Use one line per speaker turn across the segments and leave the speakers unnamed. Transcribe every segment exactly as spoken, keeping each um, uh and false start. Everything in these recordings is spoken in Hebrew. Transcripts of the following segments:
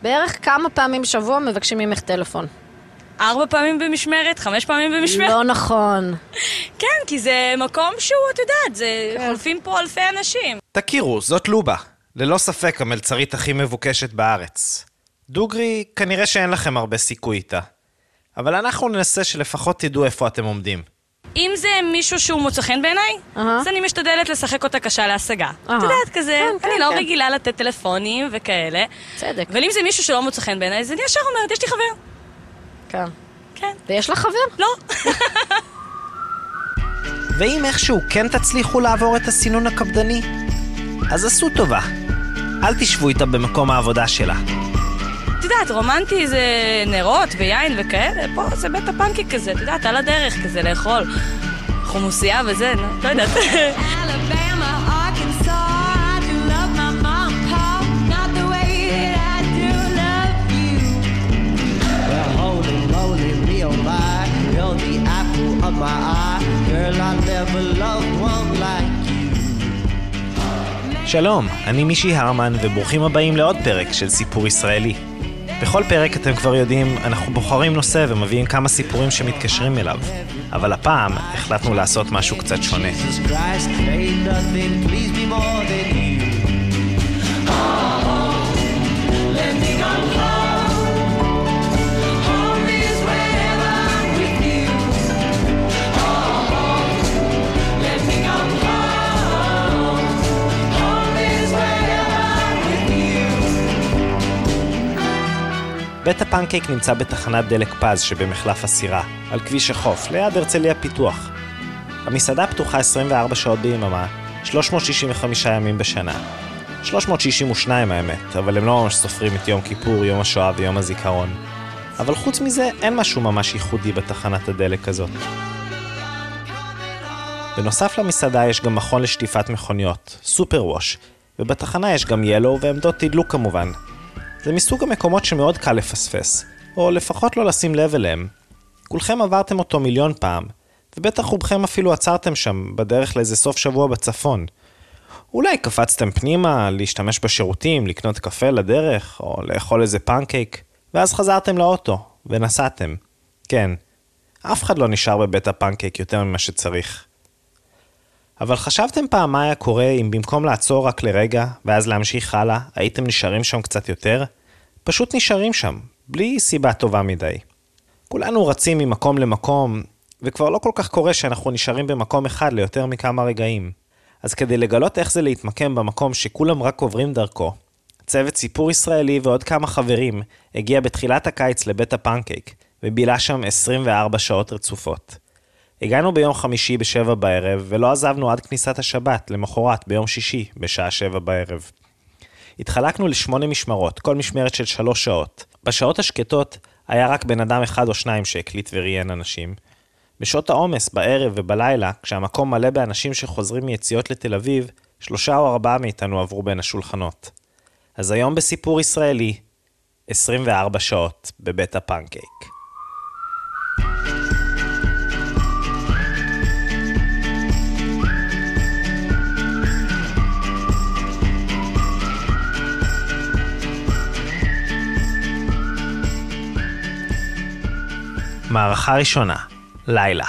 בערך כמה פעמים בשבוע מבקשים ממך טלפון?
ארבע פעמים במשמרת, חמש פעמים במשמרת.
לא נכון.
כן, כי זה מקום שהוא, את יודעת, זה חולפים פה אלפי אנשים.
תכירו, זאת לובה. ללא ספק המלצרית הכי מבוקשת בארץ. דוגרי, כנראה שאין לכם הרבה סיכוי איתה. אבל אנחנו ננסה שלפחות תדעו איפה אתם עומדים.
אם זה מישהו שהוא מוצא חן בעיניי, אז אני משתדלת לשחק אותה קשה להשגה. את יודעת, כזה, אני לא רגילה לתת טלפונים וכאלה.
צדק.
אבל אם זה מישהו שלא מוצא חן בעיניי, אז אני ישר אומרת, יש לי חבר.
כן.
כן.
ויש לך חבר?
לא.
ואם איכשהו כן תצליחו לעבור את הסינון הקפדני, אז עשו טובה. אל תשבו איתה במקום העבודה שלה.
את יודעת, רומנטי זה נרות ויין וכאלה, פה זה בית הפנקי כזה, את יודעת, על הדרך כזה לאכול חומוסייה וזה, לא יודעת.
שלום, אני מישי הרמן וברוכים הבאים לעוד פרק של סיפור ישראלי. בכל פרק אתם כבר יודעים, אנחנו בוחרים נושא ומביאים כמה סיפורים שמתקשרים אליו. אבל הפעם החלטנו לעשות משהו קצת שונה. בית הפנקייק נמצא בתחנת דלק פז שבמחלף הסירה, על כביש החוף, ליד הרצליה פיתוח. המסעדה פתוחה עשרים וארבע שעות ביממה, שלוש מאות שישים וחמישה ימים בשנה. שלוש מאות שישים ושתיים האמת, אבל הם לא ממש סופרים את יום כיפור, יום השואה ויום הזיכרון. אבל חוץ מזה, אין משהו ממש ייחודי בתחנת הדלק הזאת. בנוסף למסעדה יש גם מכון לשטיפת מכוניות, סופר ווש, ובתחנה יש גם ילו ועמדות תדלוק כמובן. זה מסוג המקומות שמאוד קל לפספס, או לפחות לא לשים לב אליהם. כולכם עברתם אותו מיליון פעם, ובטח רובכם אפילו עצרתם שם, בדרך לאיזה סוף שבוע בצפון. אולי קפצתם פנימה, להשתמש בשירותים, לקנות קפה לדרך, או לאכול איזה פנקייק, ואז חזרתם לאוטו, ונסעתם. כן, אף אחד לא נשאר בבית הפנקייק יותר ממה שצריך. אבל חשבתם פעם מה היה קורה אם במקום לעצור רק לרגע, ואז להמשיך הלאה, הייתם נשארים שם קצת יותר? פשוט נשארים שם, בלי סיבה טובה מדי. כולנו רצים ממקום למקום, וכבר לא כל כך קורה שאנחנו נשארים במקום אחד ליותר מכמה רגעים. אז כדי לגלות איך זה להתמקם במקום שכולם רק עוברים דרכו, צוות סיפור ישראלי ועוד כמה חברים הגיע בתחילת הקיץ לבית הפנקייק, ובילה שם עשרים וארבע שעות רצופות. הגענו ביום חמישי בשבע בערב, ולא עזבנו עד כניסת השבת, למחרת ביום שישי בשעה שבע בערב. התחלקנו לשמונה משמרות, כל משמרת של שלוש שעות. בשעות השקטות היה רק בן אדם אחד או שניים שהקליט וראיין אנשים. בשעות העומס, בערב ובלילה, כשהמקום מלא באנשים שחוזרים מיציאות לתל אביב, שלושה או ארבעה מאיתנו עברו בין השולחנות. אז היום בסיפור ישראלי, עשרים וארבע שעות בבית הפנקייק. מערכה ראשונה, לילה.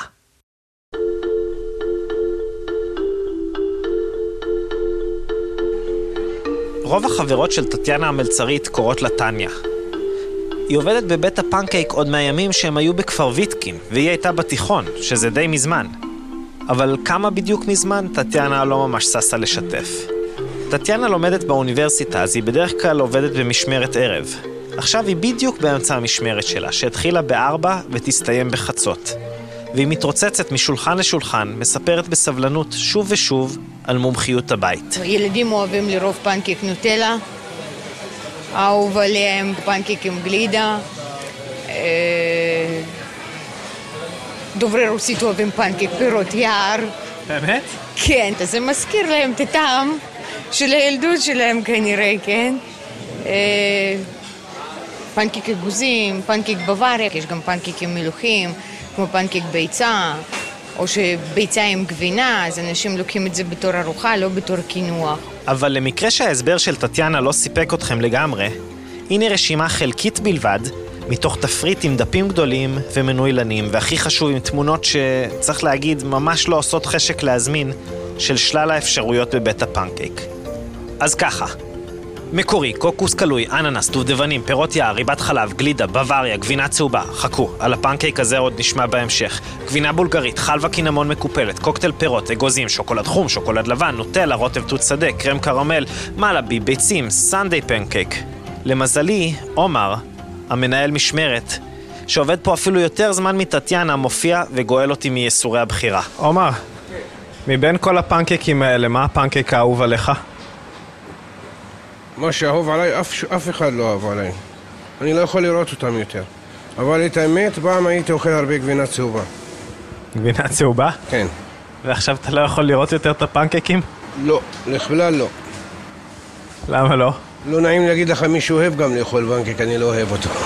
רוב החברות של טטיאנה המלצרית קוראות לה טניה. היא עובדת בבית הפנקייק עוד מהימים שהם היו בכפר ויטקין, והיא הייתה בתיכון, שזה די מזמן. אבל כמה בדיוק מזמן, טטיאנה לא ממש ססה לשתף. טטיאנה לומדת באוניברסיטה, אז היא בדרך כלל עובדת במשמרת ערב. עכשיו היא בדיוק באמצע המשמרת שלה, שהתחילה בארבע ותסתיים בחצות. והיא מתרוצצת משולחן לשולחן, מספרת בסבלנות שוב ושוב על מומחיות הבית.
ילדים אוהבים לרוב פנקייק נוטלה, אהוב עליהם פנקייק עם גלידה, דוברי רוסית אוהבים פנקייק פירות יער.
באמת?
כן, זה מזכיר להם את הטעם של הילדות שלהם כנראה, כן? פנקייק אגוזים, פנקייק בוואריה, יש גם פנקייקים מלוכים, כמו פנקייק ביצה, או שביצה עם גבינה, אז אנשים לוקחים את זה בתור ארוחה, לא בתור קינוח.
אבל למקרה שההסבר של טטיאנה לא סיפק אתכם לגמרי, הנה רשימה חלקית בלבד, מתוך תפריט עם דפים גדולים ומנוילנים, והכי חשוב עם תמונות שצריך להגיד ממש לא עושות חשק להזמין, של שלל האפשרויות בבית הפנקייק. אז ככה, מקורי, קוקוס קלוי, אננס, דובדבנים, פירות יער, ריבת חלב, גלידה, בוואריה, גבינה צהובה, חכו, על הפנקייק הזה עוד נשמע בהמשך. גבינה בולגרית, חלבה קינמון מקופלת, קוקטייל פירות, אגוזים, שוקולד חום, שוקולד לבן, נוטלה, רוטב תות שדה, קרם קרמל, מלאבי, ביצים, סנדיי פנקייק. למזלי, עומר, המנהל משמרת, שעובד פה אפילו יותר זמן מטטיאנה, מופיע וגואל אותי מייסורי הבחירה. עומר, מבין כל הפנקייקים האלה, מה הפנקייק האהוב עליך?
מה שאהוב עליי, אף, אף אחד לא אהוב עליי. אני לא יכול לראות אותם יותר. אבל את האמת, פעם הייתי אוכל הרבה גבינה צהובה.
גבינה צהובה?
כן.
ועכשיו אתה לא יכול לראות יותר את הפנקייקים?
לא, לכלל לא.
למה לא?
לא נעים להגיד לך מישהו אוהב גם לאכול פנקייק, אני לא אוהב אותו.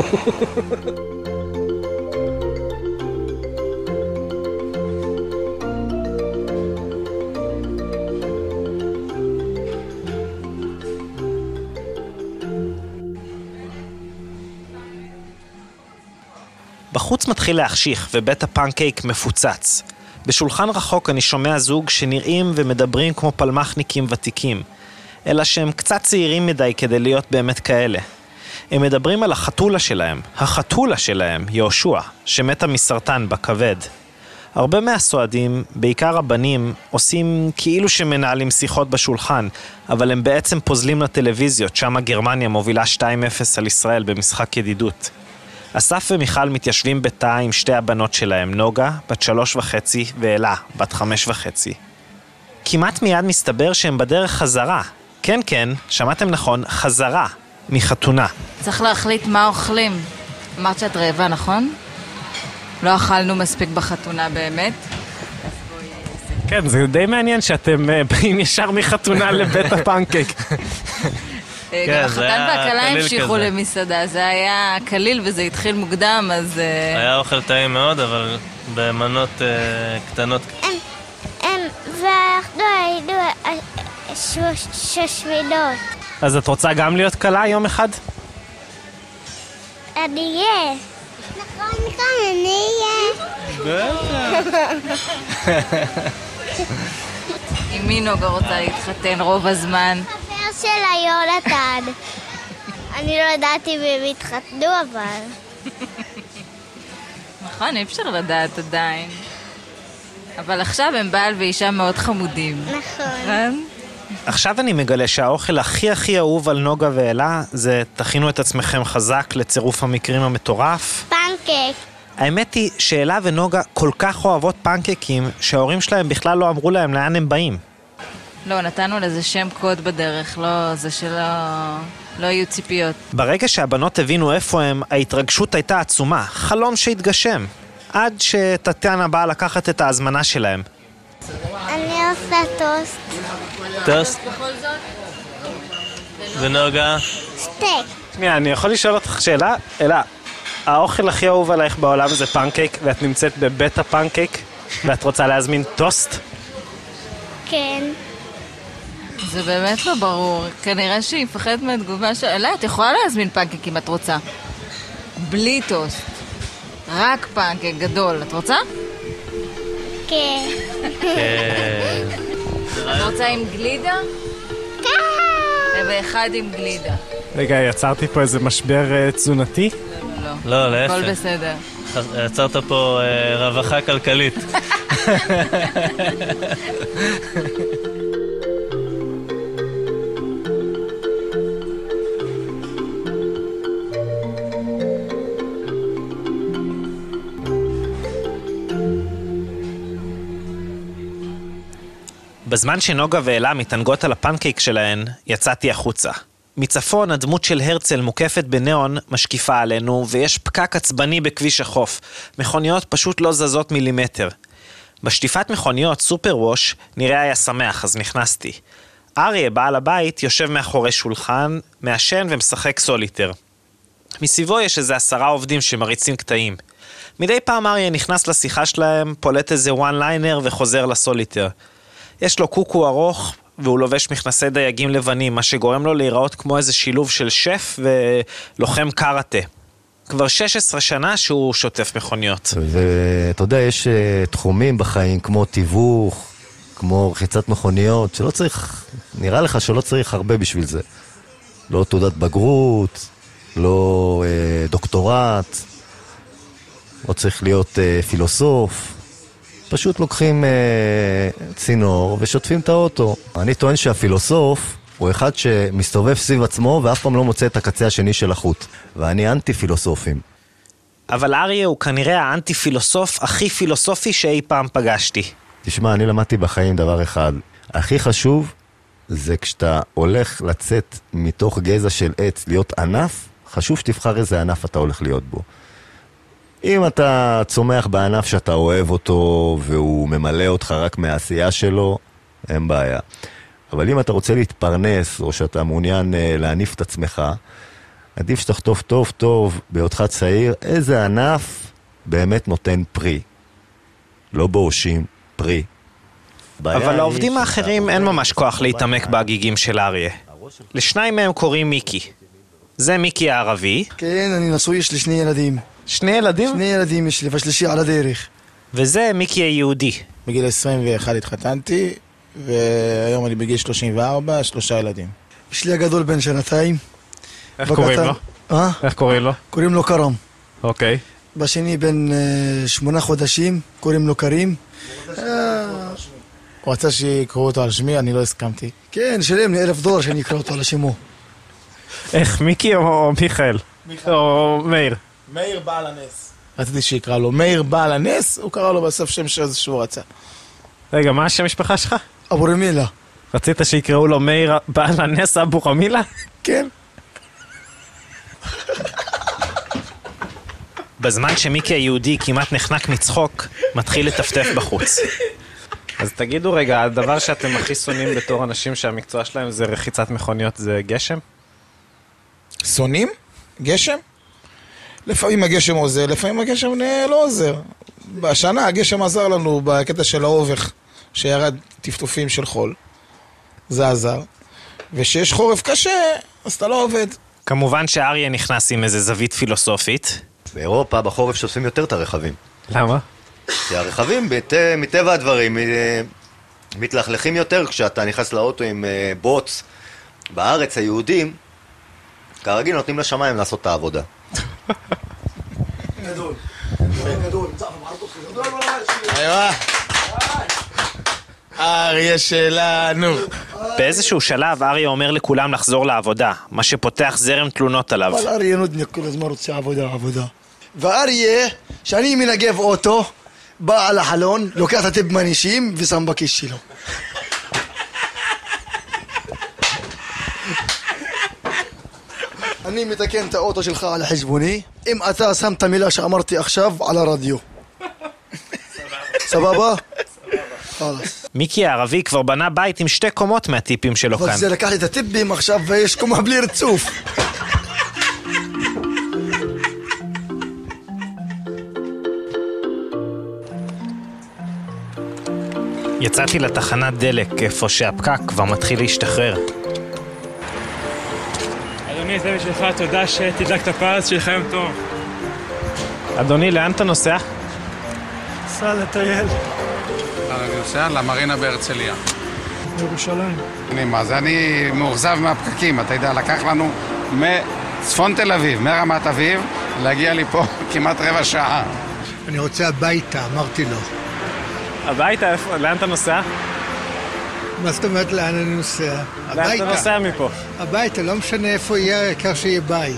בחוץ מתחיל להחשיך ובית הפנקייק מפוצץ. בשולחן רחוק אני שומע זוג שנראים ומדברים כמו פלמחניקים ותיקים, אלא שהם קצת צעירים מדי כדי להיות באמת כאלה. הם מדברים על החתולה שלהם, החתולה שלהם, יהושע, שמתה מסרטן בכבד. הרבה מהסועדים, בעיקר הבנים, עושים כאילו שמנהלים שיחות בשולחן, אבל הם בעצם פוזלים לטלוויזיות, שם גרמניה מובילה שתיים אפס על ישראל במשחק ידידות. אסף ומיכל מתיישבים בתא עם שתי הבנות שלהם, נוגה, בת שלוש וחצי, ואלה, בת חמש וחצי. כמעט מיד מסתבר שהם בדרך חזרה. כן, כן, שמעתם נכון, חזרה, מחתונה.
צריך להחליט מה אוכלים. אמרת שאת רעבה, נכון? לא אכלנו מספיק בחתונה באמת.
כן, זה די מעניין שאתם באים ישר מחתונה לבית הפנקייק.
גם החתן והכלה המשיכו למסעדה, זה היה קליל וזה התחיל מוקדם, אז...
היה אוכל טעים מאוד, אבל במנות קטנות.
ואנחנו היינו שושבינות.
אז את רוצה גם להיות קלה יום אחד?
אני אהיה. נכון, נכון, אני אהיה.
עם מי נוגה רוצה להתחתן רוב הזמן?
חבר של יונתן. אני לא ידעתי אם הם התחתנו, אבל...
נכון, אי אפשר לדעת עדיין. אבל עכשיו הם בעל ואישה מאוד חמודים.
נכון.
עכשיו אני מגלה שהאוכל הכי הכי אהוב על נוגה ואלה זה תכינו את עצמכם חזק לצירוף המקרים המטורף.
פנקייק.
האמת היא שאלה ונוגה כל כך אוהבות פנקייקים שההורים שלהם בכלל לא אמרו להם לאן הם באים.
לא, נתנו לזה שם קוד בדרך, לא, זה שלא לא יהיו ציפיות.
ברגע שהבנות הבינו איפה הם, ההתרגשות הייתה עצומה, חלום שהתגשם. עד שטטיאנה באה לקחת את ההזמנה שלהם.
אני עושה טוסט.
טוסט? ונוגה?
סטייק.
שנייה, אני יכול לשאול אותך שאלה? אלא, האוכל הכי אהוב עלייך בעולם זה פנקייק, ואת נמצאת בבית הפנקייק, ואת רוצה להזמין טוסט?
כן.
זה באמת לא ברור. כנראה שהיא מפחדת מהתגובה של... אלא, את יכולה להזמין פנקייק אם את רוצה. בלי טוסט. רק פנקייק גדול. את רוצה?
כן.
את רוצה עם גלידה?
כן.
ואחד עם גלידה.
רגע, יצרתי פה איזה משבר תזונתי?
לא.
לא, להפך.
הכל בסדר.
יצרת פה רווחה כלכלית.
בזמן שנוגה ואלה מתענגות על הפנקייק שלהן, יצאתי החוצה. מצפון הדמות של הרצל מוקפת בניאון משקיפה עלינו, ויש פקק עצבני בכביש החוף. מכוניות פשוט לא זזות מילימטר. בשטיפת מכוניות סופר ווש נראה היה שמח, אז נכנסתי. אריה, בעל הבית, יושב מאחורי שולחן, מעשן ומשחק סוליטר. מסביבו יש איזה עשרה עובדים שמריצים קטעים. מדי פעם אריה נכנס לשיחה שלהם, פולט איזה וואן ליינר וחוזר לסוליטר. יש לו קוקו ארוך והוא לובש מכנסי דייגים לבנים, מה שגורם לו להיראות כמו איזה שילוב של שף ולוחם קראטה. כבר שש עשרה שנה שהוא שוטף מכוניות.
ואתה יודע, יש תחומים בחיים כמו תיווך, כמו רחיצת מכוניות, שלא צריך, נראה לך שלא צריך הרבה בשביל זה. לא תעודת בגרות, לא אה, דוקטורט, לא צריך להיות אה, פילוסוף. פשוט לוקחים אה, צינור ושוטפים את האוטו. אני טוען שהפילוסוף הוא אחד שמסתובב סביב עצמו ואף פעם לא מוצא את הקצה השני של החוט. ואני אנטי פילוסופים.
אבל אריה הוא כנראה האנטי פילוסוף הכי פילוסופי שאי פעם פגשתי.
תשמע, אני למדתי בחיים דבר אחד. הכי חשוב זה כשאתה הולך לצאת מתוך גזע של עץ להיות ענף, חשוב שתבחר איזה ענף אתה הולך להיות בו. אם אתה צומח בענף שאתה אוהב אותו והוא ממלא אותך רק מהעשייה שלו, אין בעיה. אבל אם אתה רוצה להתפרנס או שאתה מעוניין להניף את עצמך, עדיף שתכתוב טוב טוב בהיותך צעיר איזה ענף באמת נותן פרי. לא באושים, פרי.
אבל לעובדים האחרים אין ממש כוח להתעמק בהגיגים של אריה. לשניים מהם קוראים מיקי. זה מיקי הערבי.
כן, אני נשוי, יש לי שני ילדים.
שני ילדים?
שני ילדים יש לי, והשלישי על הדרך.
וזה מיקי היהודי.
בגיל עשרים ואחת התחתנתי, והיום אני בגיל שלושים וארבע, שלושה ילדים.
יש לי הגדול בן שנתיים.
איך קוראים לו?
אה?
איך קוראים לו?
קוראים לו קרם.
אוקיי.
בשני בן שמונה חודשים, קוראים לו קרים.
הוא רצה שיקראו אותו על שמי, אני לא הסכמתי.
כן, שלם לי אלף דולר שאני אקרא אותו על שמו.
איך, מיקי או מיכאל? או מאיר?
מאיר בעל הנס. רציתי שיקרא לו מאיר בעל הנס, הוא קרא לו בסוף שם שהוא רצה.
רגע, מה השם משפחה שלך?
אבו רמילה.
רצית שיקראו לו מאיר בעל הנס אבו רמילה?
כן.
בזמן שמיקי היהודי כמעט נחנק מצחוק, מתחיל לטפטף בחוץ. אז תגידו רגע, הדבר שאתם הכי שונאים בתור אנשים שהמקצוע שלהם זה רחיצת מכוניות, זה גשם?
שונאים? גשם? לפעמים הגשם עוזר, לפעמים הגשם לא עוזר. בשנה הגשם עזר לנו בקטע של האובך, שירד טפטופים של חול. זה עזר. ושיש חורף קשה, אז אתה לא עובד.
כמובן שאריה נכנס עם איזה זווית פילוסופית.
באירופה בחורף שוטפים יותר את הרכבים.
למה?
כי הרכבים מטבע הדברים מתלכלכים יותר כשאתה נכנס לאוטו עם בוץ. בארץ היהודים כרגיל נותנים לשמיים לעשות את העבודה.
גדול. גדול.
אריה שלנו.
באיזשהו שלב אריה אומר לכולם לחזור לעבודה, מה שפותח זרם תלונות עליו.
אבל אריה נודניק כל הזמן רוצה עבודה, עבודה. ואריה, שאני מנגב אוטו, בא על החלון, לוקח את הטיפ מהאנשים ושם בכיס שלו. אני מתקן את האוטו שלך על החשבוני, אם אתה שם את המילה שאמרתי עכשיו על הרדיו. סבבה? חלס.
מיקי הערבי כבר בנה בית עם שתי קומות מהטיפים שלו כאן.
אבל זה לקח לי את הטיפים עכשיו ויש קומה בלי רצוף.
יצאתי לתחנת דלק, איפה שהפקק כבר מתחיל להשתחרר.
אדוני, זה בשבילך, תודה שתדלק את הפרס, שלך יום טוב.
אדוני, לאן אתה נוסע?
סע לטייל.
אני נוסע למרינה בהרצליה.
ירושלים.
אז אני מאוכזב מהפקקים, אתה יודע, לקח לנו מצפון תל אביב, מרמת אביב, להגיע לי פה כמעט רבע שעה.
אני רוצה הביתה, אמרתי לו.
הביתה? לאן אתה נוסע?
מה זאת אומרת לאן אני נוסע?
לאן אתה נוסע מפה?
הביתה, לא משנה איפה יהיה, העיקר שיהיה בית.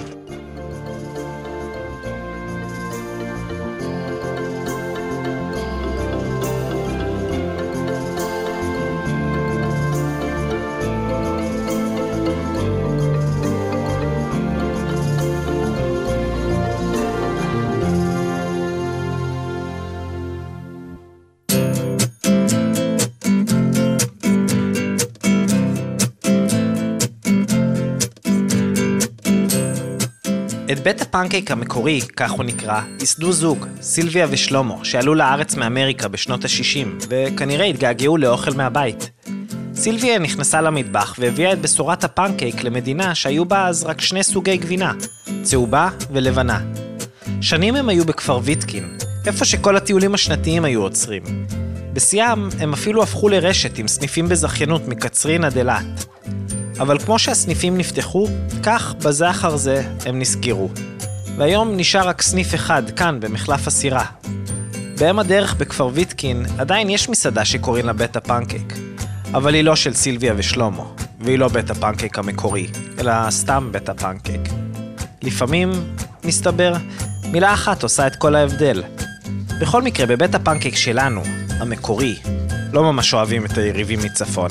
את בית הפנקייק המקורי, כך הוא נקרא, ייסדו זוג, סילביה ושלמה, שעלו לארץ מאמריקה בשנות ה-שישים, וכנראה התגעגעו לאוכל מהבית. סילביה נכנסה למטבח והביאה את בשורת הפנקייק למדינה שהיו בה אז רק שני סוגי גבינה, צהובה ולבנה. שנים הם היו בכפר ויטקין, איפה שכל הטיולים השנתיים היו עוצרים. בסיום הם אפילו הפכו לרשת עם סניפים בזכיינות מקצרין עד אילת. אבל כמו שהסניפים נפתחו, כך בזה אחר זה הם נסגרו. והיום נשאר רק סניף אחד כאן במחלף הסירה. בהם הדרך בכפר ויטקין עדיין יש מסעדה שקוראים לה בית הפנקייק. אבל היא לא של סילביה ושלמה, והיא לא בית הפנקייק המקורי, אלא סתם בית הפנקייק. לפעמים, מסתבר, מילה אחת עושה את כל ההבדל. בכל מקרה, בבית הפנקייק שלנו, המקורי, לא ממש אוהבים את היריבים מצפון.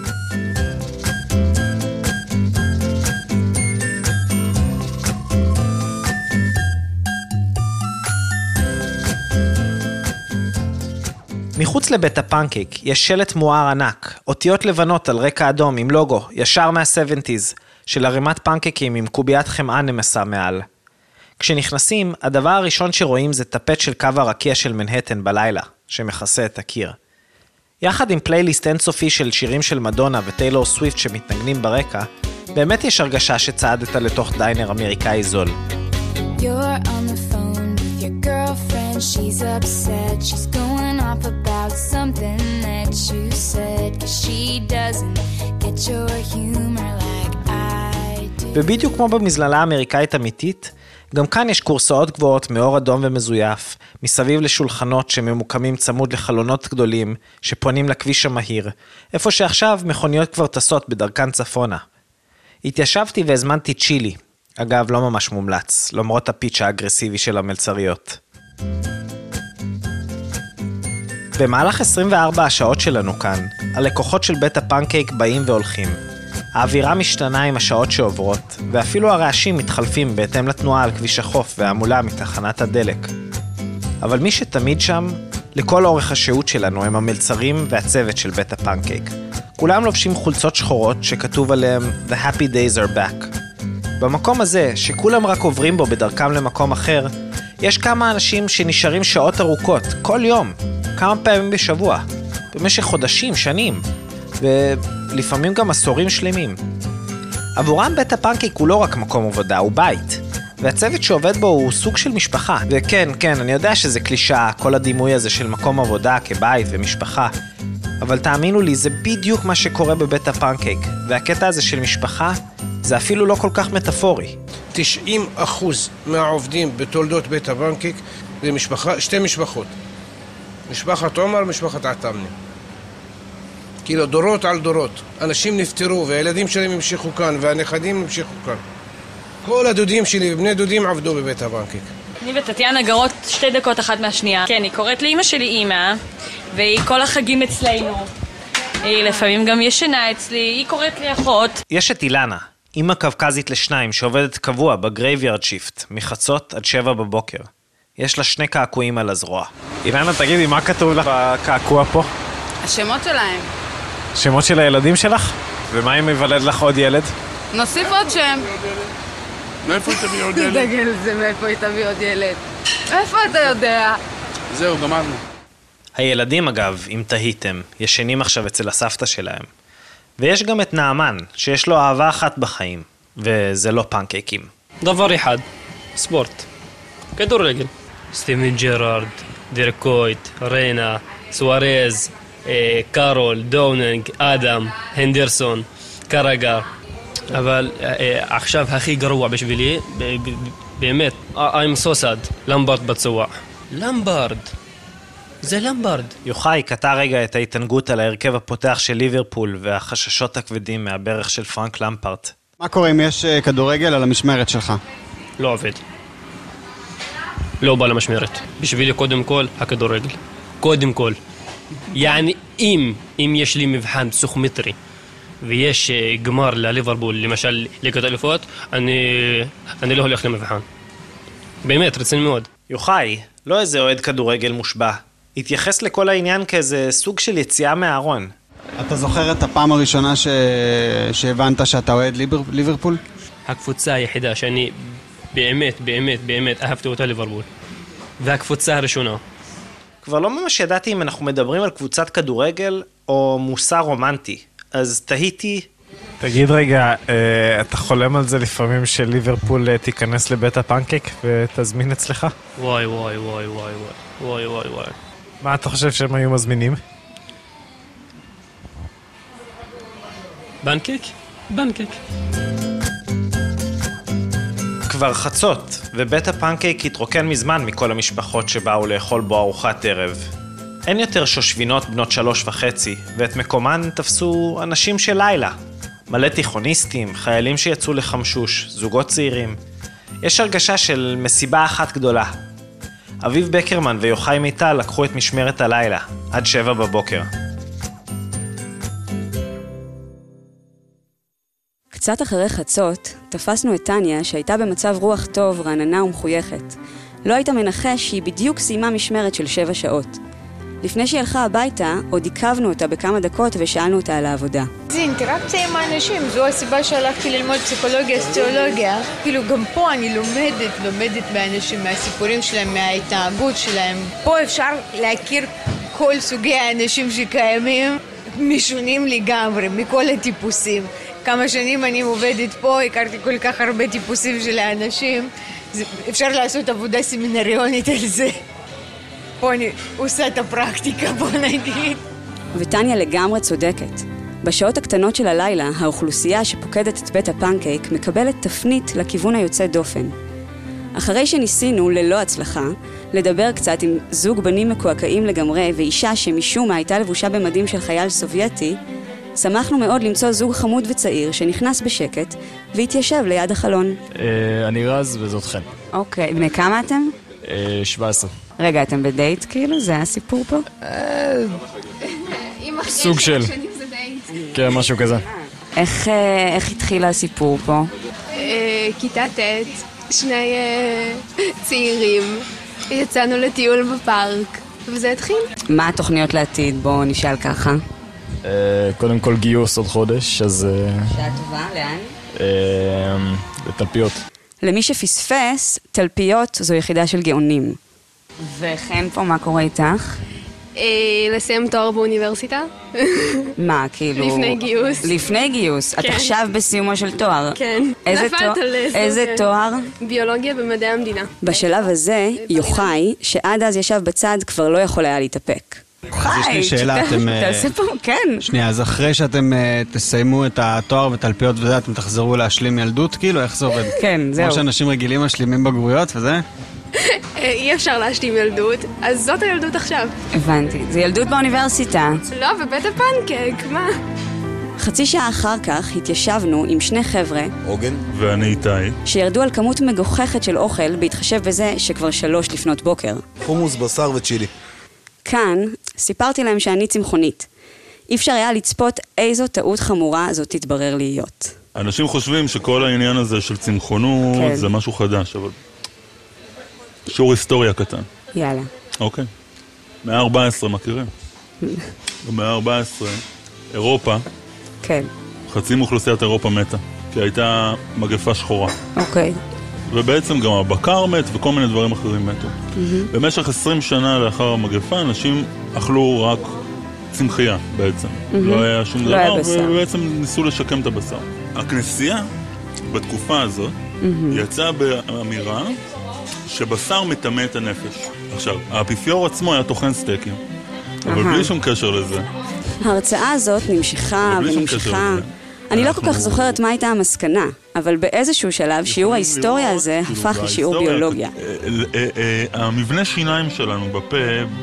מחוץ לבית הפנקייק יש שלט מואר ענק, אותיות לבנות על רקע אדום עם לוגו, ישר מה-שבעים, של ערימת פנקייקים עם קוביית חמאה נמסה מעל. כשנכנסים, הדבר הראשון שרואים זה טפט של קו הרקיע של מנהטן בלילה, שמכסה את הקיר. יחד עם פלייליסט אינסופי של שירים של מדונה וטיילור סוויפט שמתנגנים ברקע, באמת יש הרגשה שצעדת לתוך דיינר אמריקאי זול.
You're on the phone with your girlfriend, she's upset, she's going off about something that you said, cause she doesn't get your humor like I do.
ובדיוק כמו במזללה האמריקאית אמיתית, גם כאן יש קורסאות גבוהות מאור אדום ומזויף, מסביב לשולחנות שממוקמים צמוד לחלונות גדולים, שפונים לכביש המהיר, איפה שעכשיו מכוניות כבר טסות בדרכן צפונה. התיישבתי והזמנתי צ'ילי, אגב לא ממש מומלץ, למרות הפיץ' האגרסיבי של המלצריות. במהלך עשרים וארבע השעות שלנו כאן, הלקוחות של בית הפנקייק באים והולכים. האווירה משתנה עם השעות שעוברות, ואפילו הרעשים מתחלפים בהתאם לתנועה על כביש החוף והמולה מתחנת הדלק. אבל מי שתמיד שם, לכל אורך השהות שלנו הם המלצרים והצוות של בית הפנקייק. כולם לובשים חולצות שחורות שכתוב עליהם The Happy Days are Back. במקום הזה, שכולם רק עוברים בו בדרכם למקום אחר, יש כמה אנשים שנשארים שעות ארוכות, כל יום, כמה פעמים בשבוע, במשך חודשים, שנים, ולפעמים גם עשורים שלמים. עבורם בית הפנקייק הוא לא רק מקום עבודה, הוא בית, והצוות שעובד בו הוא סוג של משפחה. וכן, כן, אני יודע שזה קלישה, כל הדימוי הזה של מקום עבודה כבית ומשפחה, אבל תאמינו לי, זה בדיוק מה שקורה בבית הפנקייק, והקטע הזה של משפחה, זה אפילו לא כל כך מטאפורי.
תשעים אחוז מהעובדים בתולדות בית הפנקייק זה משפחה, שתי משפחות. משפחת עומר, משפחת עטמני. כאילו דורות על דורות. אנשים נפטרו והילדים שלהם המשיכו כאן והנכדים המשיכו כאן. כל הדודים שלי ובני דודים עבדו בבית הפנקייק.
אני וטטיאנה גרות שתי דקות אחת מהשנייה. כן, היא קוראת לאמא שלי אמא, והיא כל החגים אצלנו. היא לפעמים גם ישנה אצלי, היא קוראת לי אחות.
יש את אילנה, אמא קווקזית לשניים שעובדת קבוע בגרייביארד שיפט, מחצות עד שבע בבוקר. יש לה שני קעקועים על הזרוע. אילנה, תגידי, מה כתוב לך בקעקוע פה?
השמות שלהם.
שמות של הילדים שלך? ומה אם יוולד לך עוד ילד?
נוסיף עוד שם.
מאיפה היא תביא עוד ילד?
דגל זה מאיפה היא תביא עוד ילד. איפה אתה יודע?
זהו, גמרנו.
הילדים אגב, אם תהיתם, ישנים עכשיו אצל הסבתא שלהם. ויש גם את נעמן, שיש לו אהבה אחת בחיים, וזה לא פנקייקים.
דבר אחד, ספורט. כדורגל. סטיבן ג'רארד, דירק קויט, ריינה, סוארז, אה, קארול, דונינג, אדם, הנדרסון, קרגר. אבל אה, עכשיו הכי גרוע בשבילי, ב- ב- באמת, I'm so sad, למברד בצוע. למברד. זה למברד.
יוחאי קטע רגע את ההתענגות על ההרכב הפותח של ליברפול והחששות הכבדים מהברך של פרנק למפרט.
מה קורה אם יש כדורגל על המשמרת שלך?
לא עובד. לא בא למשמרת. בשבילי קודם כל הכדורגל. קודם כל. יעני אם, אם יש לי מבחן פסיכומטרי ויש גמר לליברפול, למשל ליגת האלופות, אני, אני לא הולך למבחן. באמת, רציני מאוד.
יוחאי, לא איזה אוהד כדורגל מושבע. התייחס לכל העניין כאיזה סוג של יציאה מהארון.
אתה זוכר את הפעם הראשונה ש... שהבנת שאתה אוהד ליבר... ליברפול?
הקבוצה היחידה שאני באמת, באמת, באמת אהבתי אותה ליברפול. והקבוצה הראשונה.
כבר לא ממש ידעתי אם אנחנו מדברים על קבוצת כדורגל או מוסר רומנטי. אז תהיתי...
תגיד רגע, אתה חולם על זה לפעמים שליברפול תיכנס לבית הפנקק ותזמין אצלך?
וואי וואי וואי וואי וואי וואי וואי.
מה אתה חושב שהם היו מזמינים?
פנקק? פנקק.
כבר חצות, ובית הפנקייק התרוקן מזמן מכל המשפחות שבאו לאכול בו ארוחת ערב. אין יותר שושבינות בנות שלוש וחצי, ואת מקומן תפסו אנשים של לילה. מלא תיכוניסטים, חיילים שיצאו לחמשוש, זוגות צעירים. יש הרגשה של מסיבה אחת גדולה. אביב בקרמן ויוחאי מיטל לקחו את משמרת הלילה, עד שבע בבוקר.
קצת אחרי חצות, תפסנו את טניה שהייתה במצב רוח טוב, רעננה ומחויכת. לא היית מנחש שהיא בדיוק סיימה משמרת של שבע שעות. לפני שהיא הלכה הביתה, עוד עיכבנו אותה בכמה דקות ושאלנו אותה על העבודה.
זה אינטראקציה עם האנשים, זו הסיבה שהלכתי ללמוד פסיכולוגיה, סוציולוגיה. כאילו גם פה אני לומדת, לומדת מהאנשים, מהסיפורים שלהם, מההתנהגות שלהם. פה אפשר להכיר כל סוגי האנשים שקיימים, משונים לגמרי, מכל הטיפוסים. כמה שנים אני עובדת פה, הכרתי כל כך הרבה טיפוסים של האנשים. זה, אפשר לעשות עבודה סמינריונית על זה. פה אני עושה את הפרקטיקה, בוא נגיד.
וטניה לגמרי צודקת. בשעות הקטנות של הלילה, האוכלוסייה שפוקדת את בית הפנקייק מקבלת תפנית לכיוון היוצא דופן. אחרי שניסינו, ללא הצלחה, לדבר קצת עם זוג בנים מקועקעים לגמרי ואישה שמשום מה הייתה לבושה במדים של חייל סובייטי, שמחנו מאוד למצוא זוג חמוד וצעיר שנכנס בשקט והתיישב ליד החלון.
אני רז וזאת חן.
אוקיי, בני כמה אתם?
שבע עשרה.
רגע, אתם בדייט כאילו? זה הסיפור פה?
סוג של. כן, משהו כזה.
איך התחיל הסיפור פה?
כיתה ט', שני צעירים, יצאנו לטיול בפארק, וזה התחיל.
מה התוכניות לעתיד? בואו נשאל ככה.
קודם כל גיוס עוד חודש, אז...
שעה טובה, לאן?
לתלפיות.
למי שפספס, תלפיות זו יחידה של גאונים. וכן פה, מה קורה איתך?
לסיים תואר באוניברסיטה.
מה, כאילו...
לפני גיוס.
לפני גיוס? את עכשיו בסיומו של תואר?
כן.
נפלת על זה. איזה תואר?
ביולוגיה במדעי המדינה.
בשלב הזה, יוחאי, שעד אז ישב בצד, כבר לא יכול היה להתאפק.
יש לי שאלה, אתם...
תעשה פה, כן.
שנייה, אז אחרי שאתם תסיימו את התואר ותלפיות וזה, אתם תחזרו להשלים ילדות, כאילו, איך זה עובד?
כן, זהו.
כמו שאנשים רגילים משלימים בגרויות וזה?
אי אפשר להשלים ילדות, אז זאת הילדות עכשיו.
הבנתי, זה ילדות באוניברסיטה.
לא, בבית הפנקק, מה?
חצי שעה אחר כך התיישבנו עם שני חבר'ה,
אוגן ואני איתי,
שירדו על כמות מגוחכת של אוכל בהתחשב בזה שכבר שלוש לפנות בוקר.
חומוס, בשר וצ'ילי.
כאן סיפרתי להם שאני צמחונית. אי אפשר היה לצפות איזו טעות חמורה זאת תתברר להיות.
אנשים חושבים שכל העניין הזה של צמחונות כן. זה משהו חדש, אבל... שיעור היסטוריה קטן.
יאללה.
אוקיי. מאה ארבע עשרה מכירים. במאה ארבע עשרה, אירופה,
כן.
חצי מאוכלוסיית אירופה מתה, כי הייתה מגפה שחורה.
אוקיי.
ובעצם גם הבקר מת וכל מיני דברים אחרים מתו. Mm-hmm. במשך עשרים שנה לאחר המגפה, אנשים אכלו רק צמחייה בעצם. Mm-hmm. לא היה שום
לא
דבר, ובעצם ניסו לשקם את הבשר. הכנסייה, בתקופה הזאת, mm-hmm. יצאה באמירה שבשר מטמא את הנפש. עכשיו, האפיפיור עצמו היה תוכן סטייקים, אבל בלי שום קשר לזה.
ההרצאה הזאת נמשכה ונמשכה. אני לא כל כך זוכרת מה הייתה המסקנה, אבל באיזשהו שלב שיעור ההיסטוריה הזה הפך לשיעור ביולוגיה.
המבנה שיניים שלנו בפה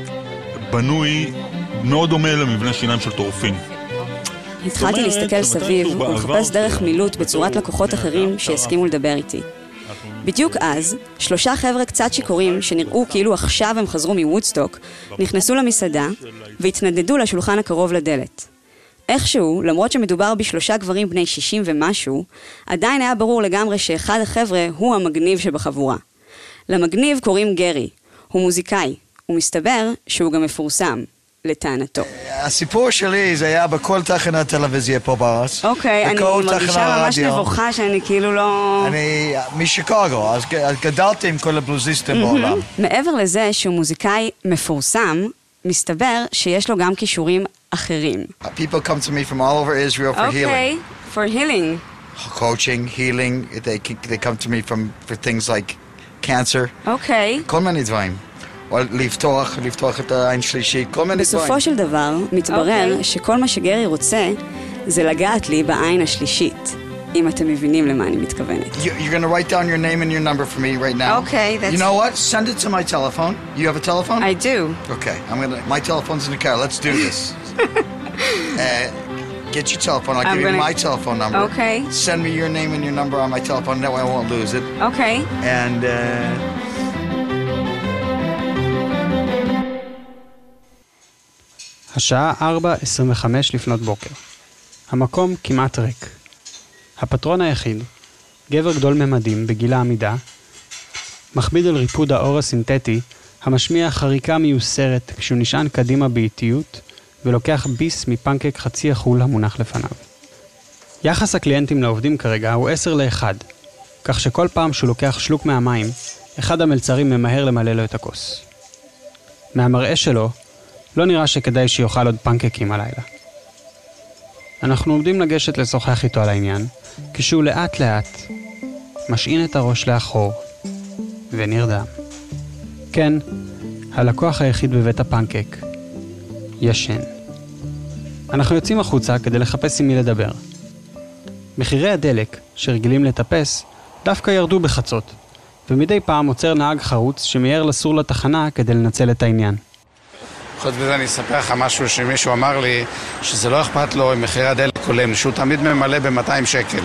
בנוי מאוד דומה למבנה שיניים של טורפין.
התחלתי להסתכל סביב ולחפש דרך מילוט בצורת לקוחות אחרים שהסכימו לדבר איתי. בדיוק אז, שלושה חבר'ה קצת שיכורים שנראו כאילו עכשיו הם חזרו מוודסטוק, נכנסו למסעדה והתנדדו לשולחן הקרוב לדלת. איכשהו, למרות שמדובר בשלושה גברים בני שישים ומשהו, עדיין היה ברור לגמרי שאחד החבר'ה הוא המגניב שבחבורה. למגניב קוראים גרי, הוא מוזיקאי, ומסתבר שהוא גם מפורסם, לטענתו.
הסיפור שלי זה היה בכל תחנת טלוויזיה פה בארץ.
אוקיי, אני מרגישה ממש מבוכה שאני כאילו לא...
אני משיקגו, אז גדלתי עם כל הבלוזיסטים בעולם.
מעבר לזה שהוא מוזיקאי מפורסם, מסתבר שיש לו גם כישורים אחרים.
People come to me from all over Israel for
Okay,
healing.
for healing.
Coaching, healing, they, they come to me from, for things like cancer.
Okay.
כל מיני דברים. או לפתוח, לפתוח את העין שלישי, כל מיני דברים.
בסופו של דבר, מתברר okay. שכל מה שגרי רוצה זה לגעת לי בעין השלישית. אם אתם מבינים למה אני מתכוונת.
You, you're going to write down your name and your number for me right now.
Okay, that's...
You know what? Send it to my telephone. You have a telephone?
I do.
Okay, I'm going to... My telephone's in the car. Let's do this. uh, get your telephone. I'll I'm give gonna... you my telephone number.
Okay.
Send me your name and your number on my telephone. That way I won't lose it.
Okay.
And... Uh...
השעה ארבע עשרים וחמש לפנות בוקר. המקום כמעט ריק. הפטרון היחיד, גבר גדול ממדים בגיל העמידה, מכביד על ריפוד האור הסינתטי, המשמיע חריקה מיוסרת כשהוא נשען קדימה באיטיות, ולוקח ביס מפנקק חצי החול המונח לפניו. יחס הקליינטים לעובדים כרגע הוא עשר לאחד, כך שכל פעם שהוא לוקח שלוק מהמים, אחד המלצרים ממהר למלא לו את הכוס. מהמראה שלו, לא נראה שכדאי שיוכל עוד פנקקים הלילה. אנחנו עומדים לגשת לשוחח איתו על העניין, כשהוא לאט לאט משעין את הראש לאחור ונרדם. כן, הלקוח היחיד בבית הפנקק ישן. אנחנו יוצאים החוצה כדי לחפש עם מי לדבר. מחירי הדלק שרגילים לטפס דווקא ירדו בחצות, ומדי פעם עוצר נהג חרוץ שמייער לסור לתחנה כדי לנצל את העניין.
חוץ בזה אני אספר לך משהו שמישהו אמר לי שזה לא אכפת לו אם מחיר הדלק עולה, שהוא תמיד ממלא ב-מאתיים שקל.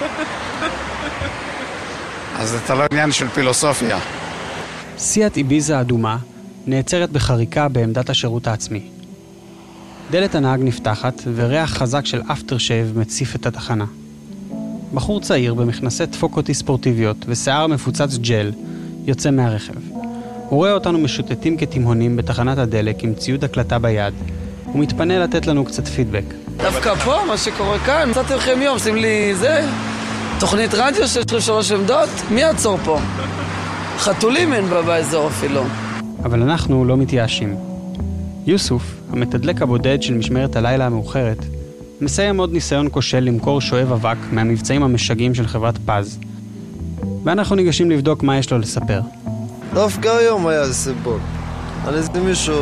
אז זה לא עניין של פילוסופיה.
סיאט איביזה אדומה נעצרת בחריקה בעמדת השירות העצמי. דלת הנהג נפתחת וריח חזק של אפטר שייב מציף את התחנה. בחור צעיר במכנסי תפוקותי ספורטיביות ושיער מפוצץ ג'ל יוצא מהרכב. הוא רואה אותנו משוטטים כתימהונים בתחנת הדלק עם ציוד הקלטה ביד. הוא מתפנה לתת לנו קצת פידבק.
דווקא פה, מה שקורה כאן, מצאתי לכם יום, שים לי זה, תוכנית רדיו של עשרים ושלוש עמדות, מי יעצור פה? חתולים אין בה באזור אפילו.
אבל אנחנו לא מתייאשים. יוסוף, המתדלק הבודד של משמרת הלילה המאוחרת, מסיים עוד ניסיון כושל למכור שואב אבק מהמבצעים המשגעים של חברת פז. ואנחנו ניגשים לבדוק מה יש לו לספר.
דווקא היום היה סיפור. אני זה מישהו,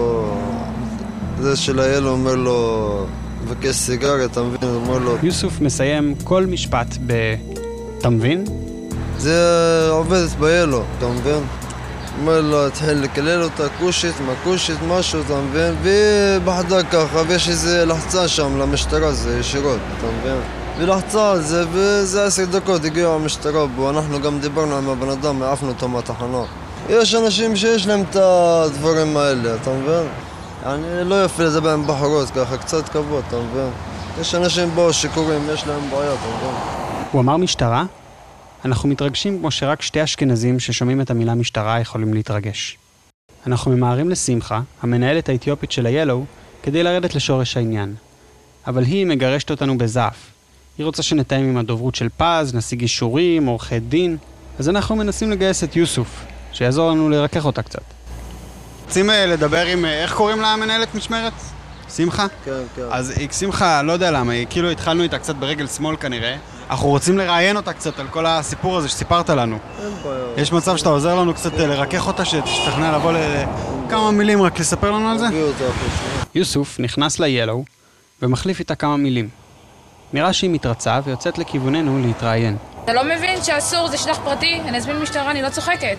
זה של הילד אומר לו, מבקש סיגר, אתה מבין? אומר לו...
יוסוף מסיים כל משפט ב... אתה מבין?
זה עובדת בילו, אתה מבין? אומר לו, התחיל לקלל אותה, קושית, מה קושית, משהו, אתה מבין? ובחדה ככה, ויש איזה לחצה שם למשטרה, זה ישירות, אתה מבין? ולחצה על זה, וזה עשר דקות הגיעו המשטרה בו, אנחנו גם דיברנו עם הבן אדם, מעפנו אותו מהתחנה. יש אנשים שיש להם את הדברים האלה, אתה מבין? אני לא יפה לדבר עם בחורות ככה, קצת כבוד, אתה מבין? יש אנשים בו שקוראים, יש להם בעיה, אתה מבין?
הוא אמר משטרה? אנחנו מתרגשים כמו שרק שתי אשכנזים ששומעים את המילה משטרה יכולים להתרגש. אנחנו ממהרים לשמחה, המנהלת האתיופית של הילו, כדי לרדת לשורש העניין. אבל היא מגרשת אותנו בזעף. היא רוצה שנתאם עם הדוברות של פז, נשיג אישורים, עורכי דין. אז אנחנו מנסים לגייס את יוסוף, שיעזור לנו לרכך אותה קצת. רוצים לדבר עם, איך קוראים לה המנהלת משמרת? שמחה?
כן, כן.
אז היא שמחה, לא יודע למה, היא כאילו התחלנו איתה קצת ברגל שמאל כנראה. אנחנו רוצים לראיין אותה קצת על כל הסיפור הזה שסיפרת לנו.
אין בעיה.
יש מצב שאתה עוזר לנו קצת לרכך אותה, שתשתכנע לבוא לכמה מילים רק לספר לנו על זה? יוסוף נכנס ל-Yellow ומחליף איתה כמה מילים. נראה שהיא מתרצה ויוצאת לכיווננו להתראיין.
אתה לא מבין שאסור, זה שטח פרטי? אני אזמין משטרה, אני לא צוחקת.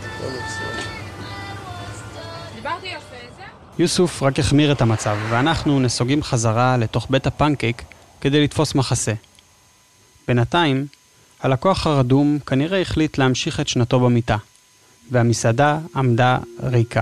דיברתי יפה, זה?
יוסוף רק החמיר את המצב, ואנחנו נסוגים חזרה לתוך בית הפנקק כדי לתפוס מחסה. בינתיים, הלקוח הרדום כנראה החליט להמשיך את שנתו במיטה, והמסעדה עמדה ריקה.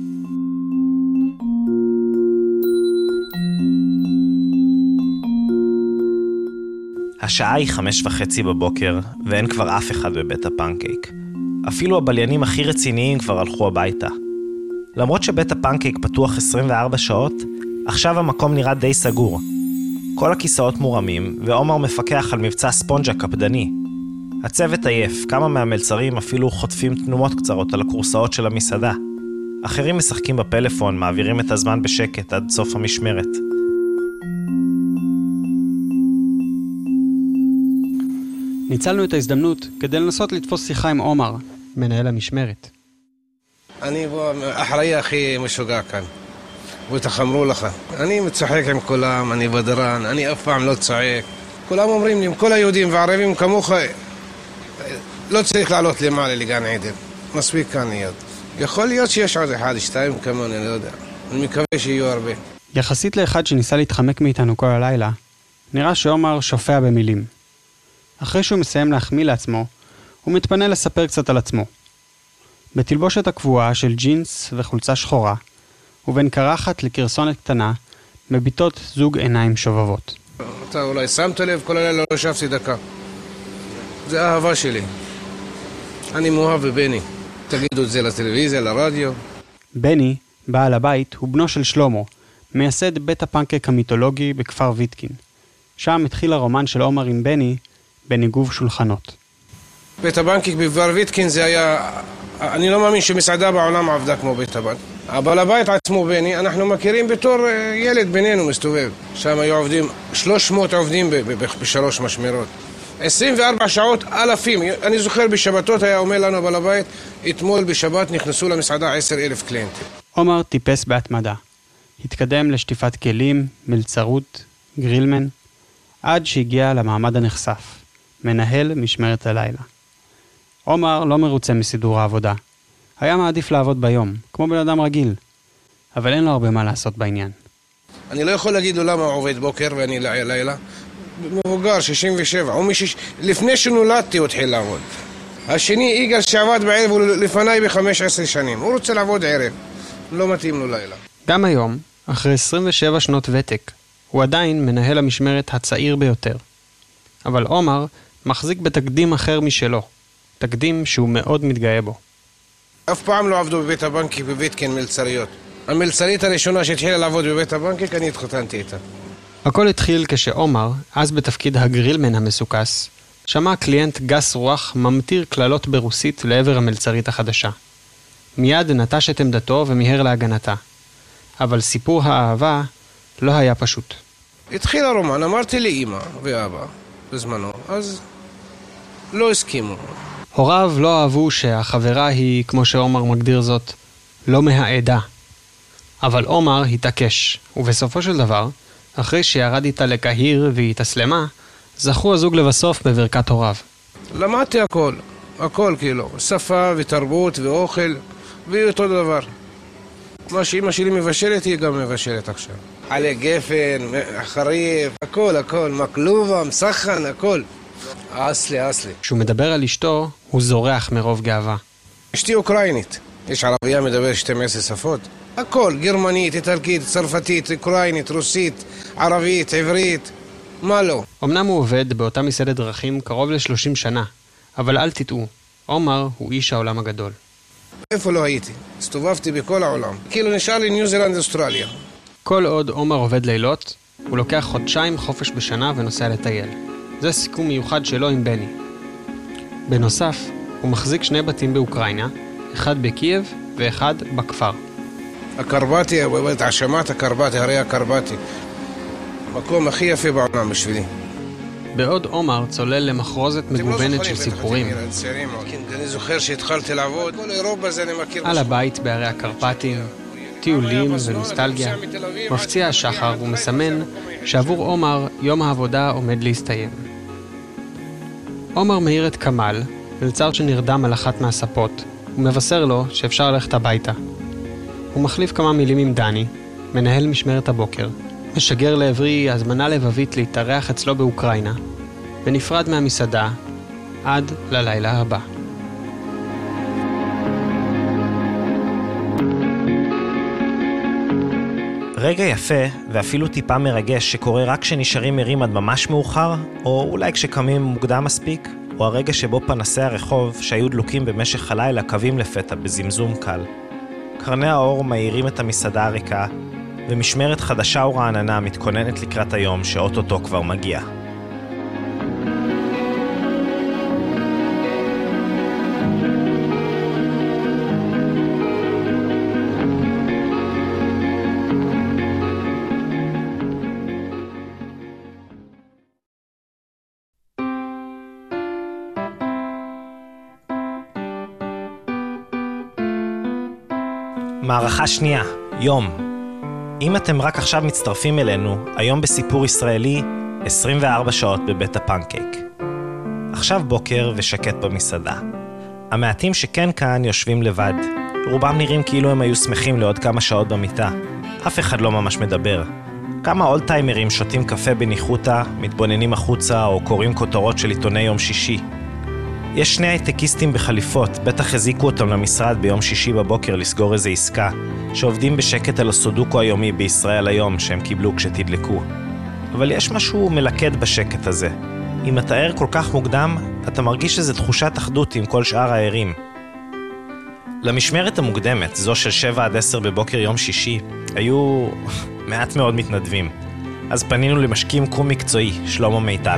השעה היא חמש וחצי בבוקר, ואין כבר אף אחד בבית הפנקייק. אפילו הבליינים הכי רציניים כבר הלכו הביתה. למרות שבית הפנקייק פתוח עשרים וארבע שעות, עכשיו המקום נראה די סגור. כל הכיסאות מורמים, ועומר מפקח על מבצע ספונג'ה קפדני. הצוות עייף, כמה מהמלצרים אפילו חוטפים תנומות קצרות על הקורסאות של המסעדה. אחרים משחקים בפלאפון, מעבירים את הזמן בשקט עד סוף המשמרת.
ניצלנו את ההזדמנות כדי לנסות לתפוס שיחה עם עומר, מנהל המשמרת.
אני אחראי הכי משוגע כאן. ותחמרו לך. אני מצחק עם כולם, אני בדרן, אני אף פעם לא צועק. כולם אומרים לי, כל היהודים והערבים כמוך, לא צריך לעלות למעלה לגן עדן. מספיק כאן להיות. יכול להיות שיש עוד אחד, שתיים כמוני, אני לא יודע. אני מקווה שיהיו הרבה.
יחסית לאחד שניסה להתחמק מאיתנו כל הלילה, נראה שעומר שופע במילים. אחרי שהוא מסיים להחמיא לעצמו, הוא מתפנה לספר קצת על עצמו. בתלבושת הקבועה של ג'ינס וחולצה שחורה, ובין קרחת לקרסונת קטנה, מביטות זוג עיניים שובבות.
אתה אולי שמת לב, כל הלילה לא ישבתי דקה. זה האהבה שלי. אני מאוהב בבני. תגידו את זה לטלוויזיה, לרדיו.
בני, בעל הבית, הוא בנו של שלמה, מייסד בית הפנקק המיתולוגי בכפר ויטקין. שם התחיל הרומן של עומר עם בני, בניגוב שולחנות.
בית הפנקק בכפר ויטקין זה היה... אני לא מאמין שמסעדה בעולם עבדה כמו בית הבנק. אבל הבית עצמו בני, אנחנו מכירים בתור ילד בינינו מסתובב. שם היו עובדים, שלוש מאות עובדים בשלוש משמרות. עשרים וארבע שעות אלפים. אני זוכר בשבתות היה אומר לנו בעל הבית, אתמול בשבת נכנסו למסעדה עשר אלף קליינטים.
עומר טיפס בהתמדה. התקדם לשטיפת כלים, מלצרות, גרילמן, עד שהגיע למעמד הנחשף, מנהל משמרת הלילה. עומר לא מרוצה מסידור העבודה. היה מעדיף לעבוד ביום, כמו בן אדם רגיל. אבל אין לו הרבה מה לעשות בעניין.
אני לא יכול להגיד לו למה הוא עובד בוקר ואני לילה. מבוגר, שישים ושבע. הוא משיש... לפני שנולדתי הוא התחיל לעבוד. השני, יגאל שעבד בערב, הוא לפניי ב-חמש עשרה שנים. הוא רוצה לעבוד ערב. לא מתאים לו לילה.
גם היום, אחרי עשרים ושבע שנות ותק, הוא עדיין מנהל המשמרת הצעיר ביותר. אבל עומר מחזיק בתקדים אחר משלו. תקדים שהוא מאוד מתגאה בו.
אף פעם לא עבדו בבית הבנקי בוויטקין מלצריות. המלצרית הראשונה שהתחילה לעבוד בבית הבנקי, אני התחתנתי איתה.
הכל התחיל כשעומר, אז בתפקיד הגרילמן המסוכס, שמע קליינט גס רוח ממטיר כללות ברוסית לעבר המלצרית החדשה. מיד נטש את עמדתו ומיהר להגנתה. אבל סיפור האהבה לא היה פשוט.
התחיל הרומן, אמרתי לאמא ואבא בזמנו, אז לא הסכימו.
הוריו לא אהבו שהחברה היא, כמו שעומר מגדיר זאת, לא מהעדה. אבל עומר התעקש, ובסופו של דבר, אחרי שירד איתה לקהיר והיא התאסלמה, זכו הזוג לבסוף בברכת הוריו.
למדתי הכל, הכל כאילו, שפה ותרבות ואוכל, ואותו דבר. מה שאמא שלי מבשלת היא גם מבשלת עכשיו. עלי גפן, חריף, הכל, הכל, מקלובה, מסחן, הכל. אסלי, אסלי.
כשהוא מדבר על אשתו, הוא זורח מרוב גאווה.
אשתי אוקראינית. יש ערבייה מדבר שתים עשרה שפות. הכל, גרמנית, איטלקית, צרפתית, אוקראינית, רוסית, ערבית, עברית. מה לא?
אמנם הוא עובד באותה מסעדת דרכים קרוב ל-שלושים שנה, אבל אל תטעו, עומר הוא איש העולם הגדול.
איפה לא הייתי? הסתובבתי בכל העולם. כאילו נשאר לי ניו זילנד אוסטרליה.
כל עוד עומר עובד לילות, הוא לוקח חודשיים חופש בשנה ונוסע לטייל. זה סיכום מיוחד שלו עם בני. בנוסף, הוא מחזיק שני בתים באוקראינה, אחד בקייב ואחד בכפר.
הקרבטי, השמעת הקרבטי, הרי הקרבטי. מקום הכי יפה בעולם בשבילי.
בעוד עומר צולל למחרוזת מגוונת של סיפורים.
אני זוכר שהתחלתי לעבוד, כל אירופה זה אני מכיר.
על הבית בערי הקרפטים, טיולים ונוסטלגיה, מפציע השחר ומסמן שעבור עומר יום העבודה עומד להסתיים. עומר מאיר את כמל, מלצר שנרדם על אחת מהספות, ומבשר לו שאפשר ללכת הביתה. הוא מחליף כמה מילים עם דני, מנהל משמרת הבוקר, משגר לעברי הזמנה לבבית להתארח אצלו באוקראינה, ונפרד מהמסעדה עד ללילה הבא.
רגע יפה ואפילו טיפה מרגש שקורה רק כשנשארים ערים עד ממש מאוחר, או אולי כשקמים מוקדם מספיק, או הרגע שבו פנסי הרחוב שהיו דלוקים במשך הלילה קווים לפתע בזמזום קל. קרני האור מאירים את המסעדה הריקה, ומשמרת חדשה ורעננה מתכוננת לקראת היום שאוטוטו כבר מגיע. מערכה שנייה, יום. אם אתם רק עכשיו מצטרפים אלינו, היום בסיפור ישראלי, עשרים וארבע שעות בבית הפנקייק. עכשיו בוקר ושקט במסעדה. המעטים שכן כאן יושבים לבד. רובם נראים כאילו הם היו שמחים לעוד כמה שעות במיטה. אף אחד לא ממש מדבר. כמה אולטיימרים שותים קפה בניחותה, מתבוננים החוצה או קוראים כותרות של עיתוני יום שישי. יש שני הייטקיסטים בחליפות, בטח הזיקו אותם למשרד ביום שישי בבוקר לסגור איזה עסקה, שעובדים בשקט על הסודוקו היומי בישראל היום שהם קיבלו כשתדלקו. אבל יש משהו מלכד בשקט הזה. אם אתה ער כל כך מוקדם, אתה מרגיש איזו תחושת אחדות עם כל שאר הערים. למשמרת המוקדמת, זו של שבע עד עשר בבוקר יום שישי, היו מעט מאוד מתנדבים. אז פנינו למשקים קום מקצועי, שלמה מיטל.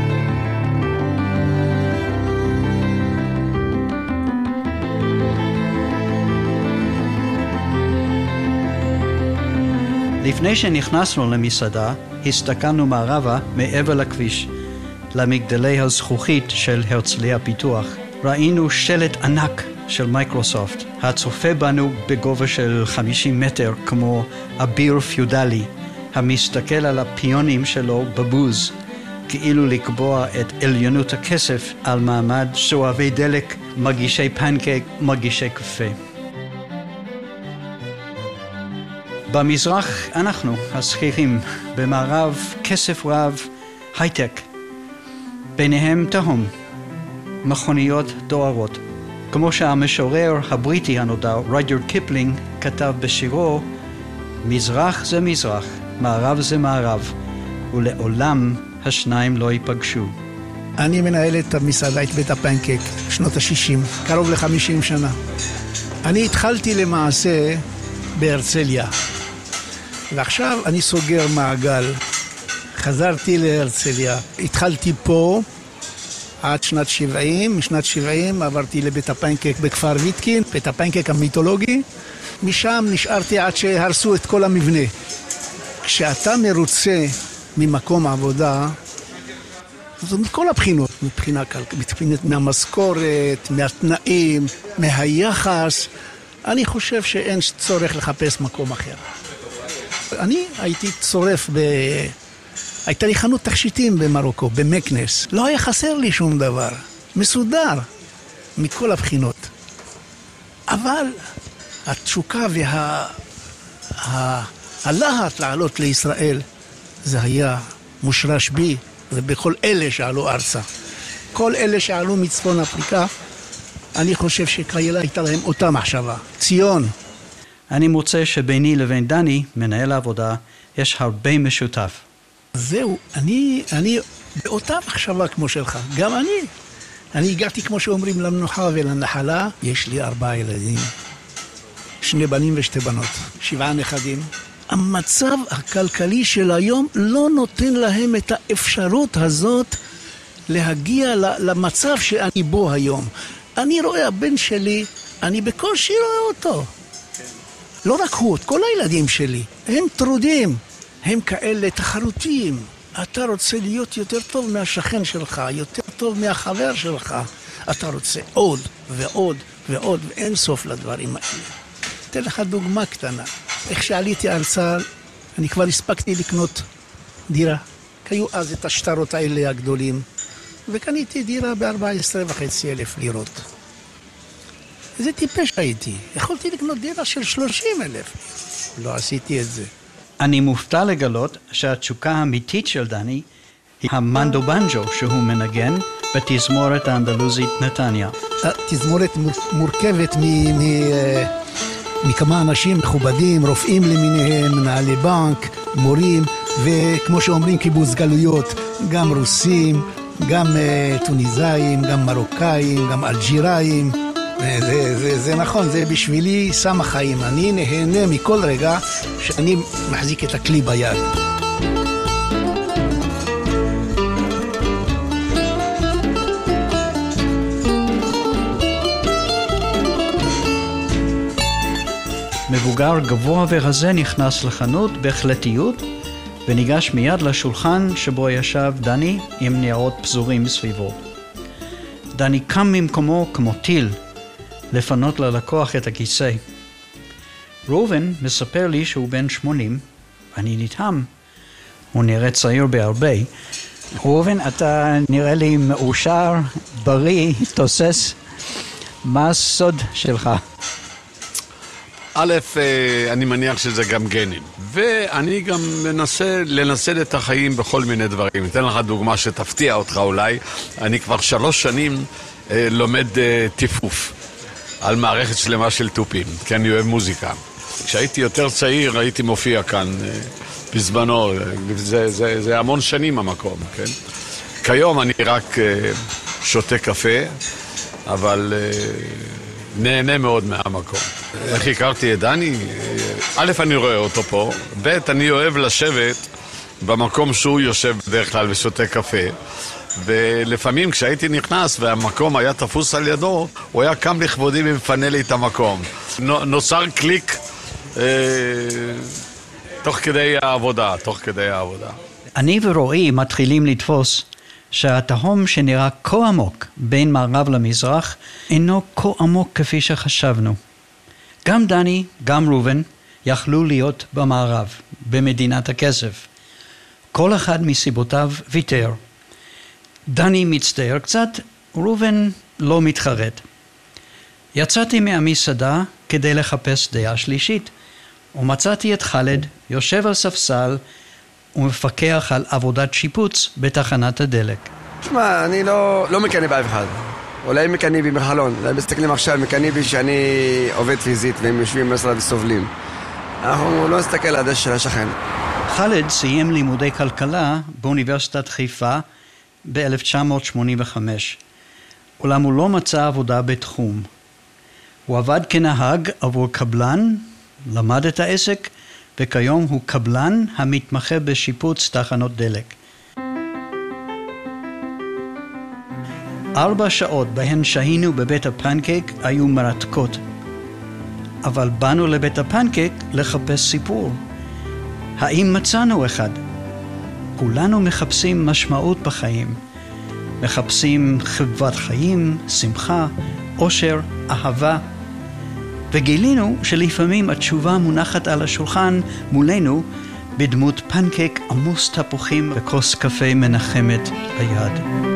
לפני שנכנסנו למסעדה, הסתכלנו מערבה מעבר לכביש, למגדלי הזכוכית של הרצליה פיתוח. ראינו שלט ענק של מייקרוסופט, הצופה בנו בגובה של חמישים מטר כמו אביר פיודלי, המסתכל על הפיונים שלו בבוז, כאילו לקבוע את עליונות הכסף על מעמד סואבי דלק, מגישי פנקייק, מגישי קפה. במזרח אנחנו השכירים, במערב כסף רב, הייטק. ביניהם תהום, מכוניות דוהרות. כמו שהמשורר הבריטי הנודע, רודיארד קיפלינג, כתב בשירו, מזרח זה מזרח, מערב זה מערב, ולעולם השניים לא ייפגשו.
אני מנהל את המסעדה, את בית הפנקייק, שנות ה-שישים, קרוב ל-חמישים שנה. אני התחלתי למעשה בהרצליה, ועכשיו אני סוגר מעגל. חזרתי להרצליה, התחלתי פה עד שנת שבעים, משנת שבעים עברתי לבית הפנקייק בכפר ויטקין, בית הפנקייק המיתולוגי, משם נשארתי עד שהרסו את כל המבנה. כשאתה מרוצה ממקום עבודה, זאת מכל הבחינות, מבחינה כלכלית, מהמשכורת, מהתנאים, מהיחס, אני חושב שאין צורך לחפש מקום אחר. אני הייתי צורף ב... הייתה לי חנות תכשיטים במרוקו, במקנס. לא היה חסר לי שום דבר. מסודר, מכל הבחינות. אבל התשוקה וה... ה... הלהט לעלות לישראל, זה היה מושרש בי, ובכל אלה שעלו ארצה. כל אלה שעלו מצפון אפריקה, אני חושב שקיילה הייתה להם אותה מחשבה. ציון.
אני מוצא שביני לבין דני, מנהל העבודה, יש הרבה משותף.
זהו, אני, אני באותה מחשבה כמו שלך, גם אני. אני הגעתי, כמו שאומרים, למנוחה ולנחלה. יש לי ארבעה ילדים, שני בנים ושתי בנות, שבעה נכדים. המצב הכלכלי של היום לא נותן להם את האפשרות הזאת להגיע למצב שאני בו היום. אני רואה הבן שלי, אני בקושי רואה אותו. לא רק הוא, כל הילדים שלי, הם טרודים, הם כאלה תחרותיים. אתה רוצה להיות יותר טוב מהשכן שלך, יותר טוב מהחבר שלך. אתה רוצה עוד ועוד ועוד, ואין סוף לדברים האלה. אתן לך דוגמה קטנה. איך שעליתי ארצה, אני כבר הספקתי לקנות דירה. היו אז את השטרות האלה הגדולים, וקניתי דירה ב-ארבע עשרה וחצי אלף לירות. איזה טיפש הייתי. יכולתי לקנות דירה של שלושים אלף. לא עשיתי את זה.
אני מופתע לגלות שהתשוקה האמיתית של דני היא המנדו בנג'ו שהוא מנגן בתזמורת האנדלוזית נתניה.
התזמורת מורכבת מ... מ... מכמה אנשים מכובדים, רופאים למיניהם, מנהלי בנק, מורים, וכמו שאומרים קיבוץ גלויות, גם רוסים, גם uh, טוניזאים, גם מרוקאים, גם אלג'יראים. זה, זה, זה נכון, זה בשבילי סם החיים. אני נהנה מכל רגע שאני מחזיק את הכלי ביד.
מבוגר גבוה ורזה נכנס לחנות בהחלטיות וניגש מיד לשולחן שבו ישב דני עם ניירות פזורים סביבו. דני קם ממקומו כמו טיל לפנות ללקוח את הכיסא. ראובן מספר לי שהוא בן שמונים, אני נתהם, הוא נראה צעיר בהרבה. ראובן, אתה נראה לי מאושר, בריא, תוסס. מה הסוד שלך?
א', אני מניח שזה גם גנים, ואני גם מנסה לנסד את החיים בכל מיני דברים. אתן לך דוגמה שתפתיע אותך אולי. אני כבר שלוש שנים לומד טיפוף על מערכת שלמה של טופים, כי אני אוהב מוזיקה. כשהייתי יותר צעיר הייתי מופיע כאן בזמנו, זה, זה, זה המון שנים המקום, כן? כיום אני רק שותה קפה, אבל נהנה מאוד מהמקום. איך הכרתי את דני? א', אני רואה אותו פה, ב', אני אוהב לשבת במקום שהוא יושב בדרך כלל ושותה קפה, ולפעמים כשהייתי נכנס והמקום היה תפוס על ידו, הוא היה קם לכבודי ומפנה לי את המקום. נוצר קליק אה, תוך כדי העבודה, תוך כדי העבודה.
אני ורועי מתחילים לתפוס שהתהום שנראה כה עמוק בין מערב למזרח אינו כה עמוק כפי שחשבנו. גם דני, גם ראובן יכלו להיות במערב, במדינת הכסף. כל אחד מסיבותיו ויתר. דני מצטער קצת, ראובן לא מתחרט. יצאתי מהמסעדה כדי לחפש דעה שלישית, ומצאתי את חלד יושב על ספסל ומפקח על עבודת שיפוץ בתחנת הדלק.
תשמע, אני לא, לא מקנא באף אחד. אולי מקנא בי בחלון, אולי מסתכלים עכשיו, מקנא בי שאני עובד פיזית והם יושבים במשרד וסובלים. אנחנו לא נסתכל על הדשא של השכן.
חלד סיים לימודי כלכלה באוניברסיטת חיפה ב-אלף תשע מאות שמונים וחמש, אולם הוא לא מצא עבודה בתחום. הוא עבד כנהג עבור קבלן, למד את העסק, וכיום הוא קבלן המתמחה בשיפוץ תחנות דלק. ארבע שעות בהן שהינו בבית הפנקייק היו מרתקות. אבל באנו לבית הפנקייק לחפש סיפור. האם מצאנו אחד? כולנו מחפשים משמעות בחיים. מחפשים חוות חיים, שמחה, אושר, אהבה. וגילינו שלפעמים התשובה מונחת על השולחן מולנו בדמות פנקייק עמוס תפוחים וכוס קפה מנחמת ביד.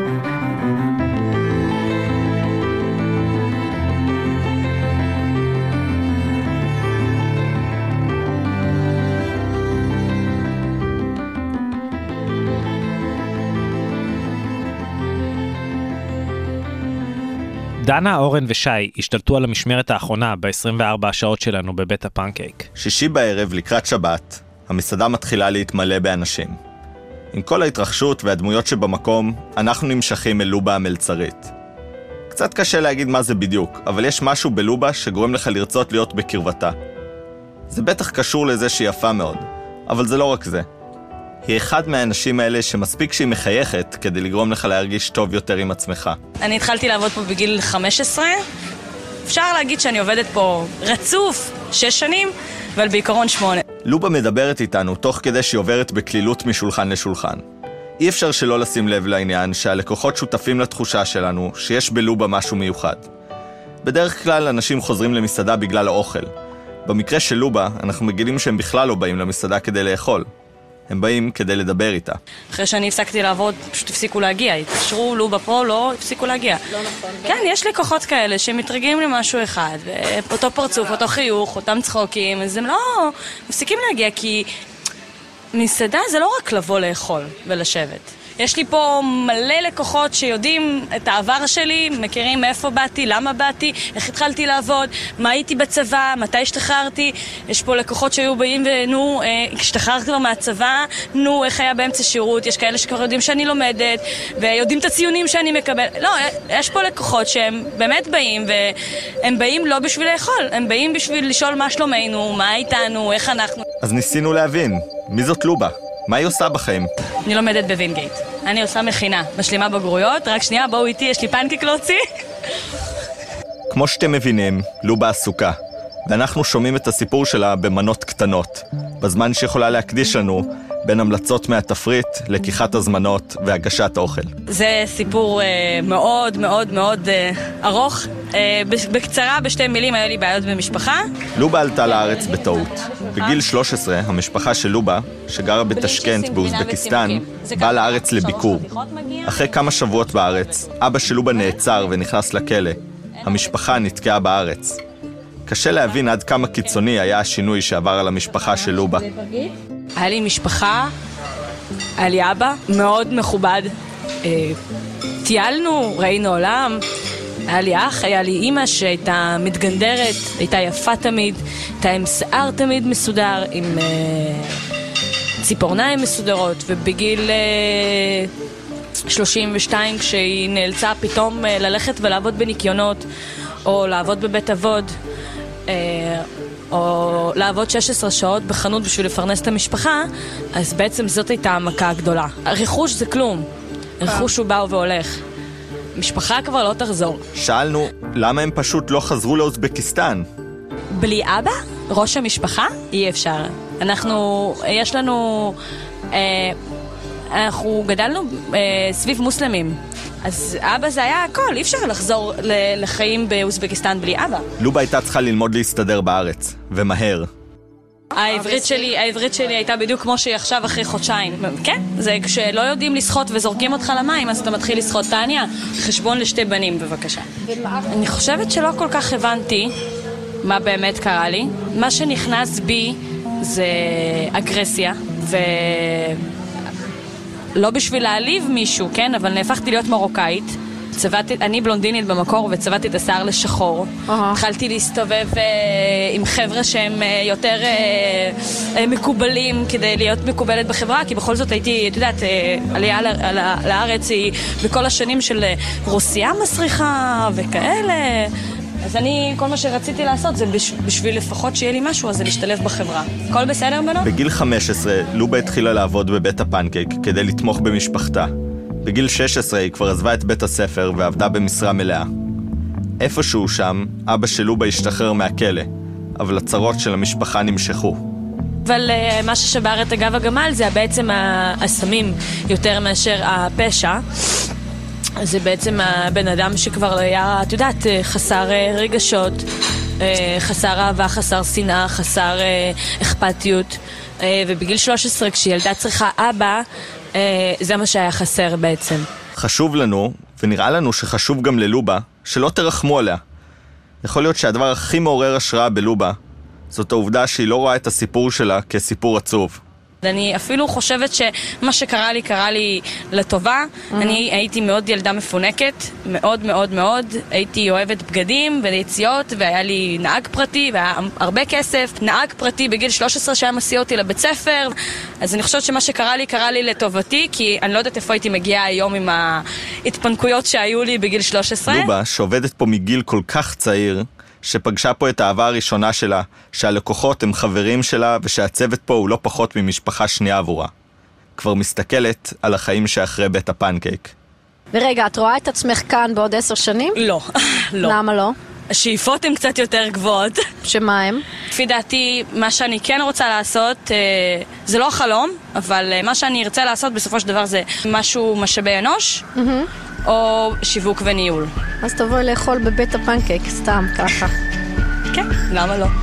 דנה, אורן ושי השתלטו על המשמרת האחרונה ב-עשרים וארבע השעות שלנו בבית הפנקייק.
שישי בערב לקראת שבת, המסעדה מתחילה להתמלא באנשים. עם כל ההתרחשות והדמויות שבמקום, אנחנו נמשכים אל לובה המלצרית. קצת קשה להגיד מה זה בדיוק, אבל יש משהו בלובה שגורם לך לרצות להיות בקרבתה. זה בטח קשור לזה שהיא יפה מאוד, אבל זה לא רק זה. היא אחד מהאנשים האלה שמספיק שהיא מחייכת כדי לגרום לך להרגיש טוב יותר עם עצמך.
אני התחלתי לעבוד פה בגיל חמש עשרה. אפשר להגיד שאני עובדת פה רצוף שש שנים, אבל בעיקרון שמונה.
לובה מדברת איתנו תוך כדי שהיא עוברת בכלילות משולחן לשולחן. אי אפשר שלא לשים לב לעניין שהלקוחות שותפים לתחושה שלנו שיש בלובה משהו מיוחד. בדרך כלל אנשים חוזרים למסעדה בגלל האוכל. במקרה של לובה אנחנו מגילים שהם בכלל לא באים למסעדה כדי לאכול. הם באים כדי לדבר איתה.
אחרי שאני הפסקתי לעבוד, פשוט הפסיקו להגיע. התקשרו, לובה פה, לא, הפסיקו להגיע. לא נכון. כן, יש לקוחות כאלה שמתרגלים למשהו אחד, ואותו פרצוף, אותו חיוך, אותם צחוקים, אז הם לא מפסיקים להגיע, כי מסעדה זה לא רק לבוא לאכול ולשבת. יש לי פה מלא לקוחות שיודעים את העבר שלי, מכירים מאיפה באתי, למה באתי, איך התחלתי לעבוד, מה הייתי בצבא, מתי השתחררתי. יש פה לקוחות שהיו באים ונו, השתחררתי כבר מהצבא, נו, איך היה באמצע שירות. יש כאלה שכבר יודעים שאני לומדת ויודעים את הציונים שאני מקבל. לא, יש פה לקוחות שהם באמת באים, והם באים לא בשביל לאכול, הם באים בשביל לשאול מה שלומנו, מה איתנו, איך אנחנו.
אז ניסינו להבין, מי זאת לובה? מה היא עושה בחיים?
אני לומדת בווינגייט. אני עושה מכינה, משלימה בגרויות. רק שנייה, בואו איתי, יש לי פנקייק להוציא.
כמו שאתם מבינים, לובה עסוקה. ואנחנו שומעים את הסיפור שלה במנות קטנות, בזמן שיכולה להקדיש לנו בין המלצות מהתפריט, לקיחת הזמנות והגשת אוכל.
זה סיפור אה, מאוד מאוד מאוד אה, ארוך. בקצרה, בשתי מילים, היה לי בעיות במשפחה.
לובה עלתה לארץ בטעות. בגיל שלוש עשרה, המשפחה של לובה, שגרה בתשכנת באוזבקיסטן, באה לארץ לביקור. אחרי כמה שבועות בארץ, אבא של לובה נעצר ונכנס לכלא. המשפחה נתקעה בארץ. קשה להבין עד כמה קיצוני היה השינוי שעבר על המשפחה של לובה.
היה לי משפחה, היה לי אבא מאוד מכובד. טיילנו, ראינו עולם. היה לי אח, היה לי אמא שהייתה מתגנדרת, הייתה יפה תמיד, הייתה עם שיער תמיד מסודר, עם uh, ציפורניים מסודרות, ובגיל uh, שלושים ושתיים כשהיא נאלצה פתאום uh, ללכת ולעבוד בניקיונות, או לעבוד בבית אבות, uh, או לעבוד שש עשרה שעות בחנות בשביל לפרנס את המשפחה, אז בעצם זאת הייתה המכה הגדולה. הרכוש זה כלום, הרכוש הוא בא והולך. משפחה כבר לא תחזור.
שאלנו, למה הם פשוט לא חזרו לאוזבקיסטן?
בלי אבא? ראש המשפחה? אי אפשר. אנחנו, יש לנו, אה, אנחנו גדלנו אה, סביב מוסלמים. אז אבא זה היה הכל, אי אפשר לחזור לחיים באוזבקיסטן בלי אבא.
לובה הייתה צריכה ללמוד להסתדר בארץ, ומהר.
העברית שלי, העברית שלי הייתה בדיוק כמו שהיא עכשיו אחרי חודשיים. כן, זה כשלא יודעים לשחות וזורקים אותך למים, אז אתה מתחיל לשחות. טניה, חשבון לשתי בנים, בבקשה. אני חושבת שלא כל כך הבנתי מה באמת קרה לי. מה שנכנס בי זה אגרסיה, ולא בשביל להעליב מישהו, כן? אבל נהפכתי להיות מרוקאית. צבעתי, אני בלונדינית במקור וצבעתי את השיער לשחור. Uh-huh. התחלתי להסתובב uh, עם חבר'ה שהם uh, יותר uh, uh, מקובלים כדי להיות מקובלת בחברה, כי בכל זאת הייתי, את יודעת, uh, עלייה ל- ל- לארץ היא בכל השנים של uh, רוסיה מסריחה וכאלה. אז אני, כל מה שרציתי לעשות זה בש- בשביל לפחות שיהיה לי משהו, אז זה להשתלב בחברה. הכל בסדר בנו?
בגיל חמש עשרה, לובה התחילה לעבוד בבית הפנקייק כדי לתמוך במשפחתה. בגיל שש עשרה היא כבר עזבה את בית הספר ועבדה במשרה מלאה. איפשהו שם, אבא של לובה השתחרר מהכלא, אבל הצרות של המשפחה נמשכו.
אבל uh, מה ששבר את הגב הגמל זה בעצם הסמים יותר מאשר הפשע. זה בעצם הבן אדם שכבר היה, את יודעת, חסר uh, רגשות, uh, חסר אהבה, חסר שנאה, חסר uh, אכפתיות. Uh, ובגיל שלוש עשרה כשילדה צריכה אבא, זה מה שהיה חסר בעצם.
חשוב לנו, ונראה לנו שחשוב גם ללובה, שלא תרחמו עליה. יכול להיות שהדבר הכי מעורר השראה בלובה, זאת העובדה שהיא לא רואה את הסיפור שלה כסיפור עצוב.
אני אפילו חושבת שמה שקרה לי, קרה לי לטובה. Mm-hmm. אני הייתי מאוד ילדה מפונקת, מאוד מאוד מאוד. הייתי אוהבת בגדים וליציאות, והיה לי נהג פרטי, והיה הרבה כסף. נהג פרטי בגיל שלוש עשרה שהיה מסיע אותי לבית ספר. אז אני חושבת שמה שקרה לי, קרה לי לטובתי, כי אני לא יודעת איפה הייתי מגיעה היום עם ההתפנקויות שהיו לי בגיל שלוש עשרה.
לובה, שעובדת פה מגיל כל כך צעיר, שפגשה פה את האהבה הראשונה שלה, שהלקוחות הם חברים שלה ושהצוות פה הוא לא פחות ממשפחה שנייה עבורה. כבר מסתכלת על החיים שאחרי בית הפנקייק.
ורגע, את רואה את עצמך כאן בעוד עשר שנים?
לא, לא.
למה לא?
השאיפות הן קצת יותר גבוהות.
שמה הם?
לפי דעתי, מה שאני כן רוצה לעשות, זה לא החלום, אבל מה שאני ארצה לעשות בסופו של דבר זה משהו משאבי אנוש, או שיווק וניהול.
אז תבואי לאכול בבית הפנקייק, סתם ככה.
כן, למה לא?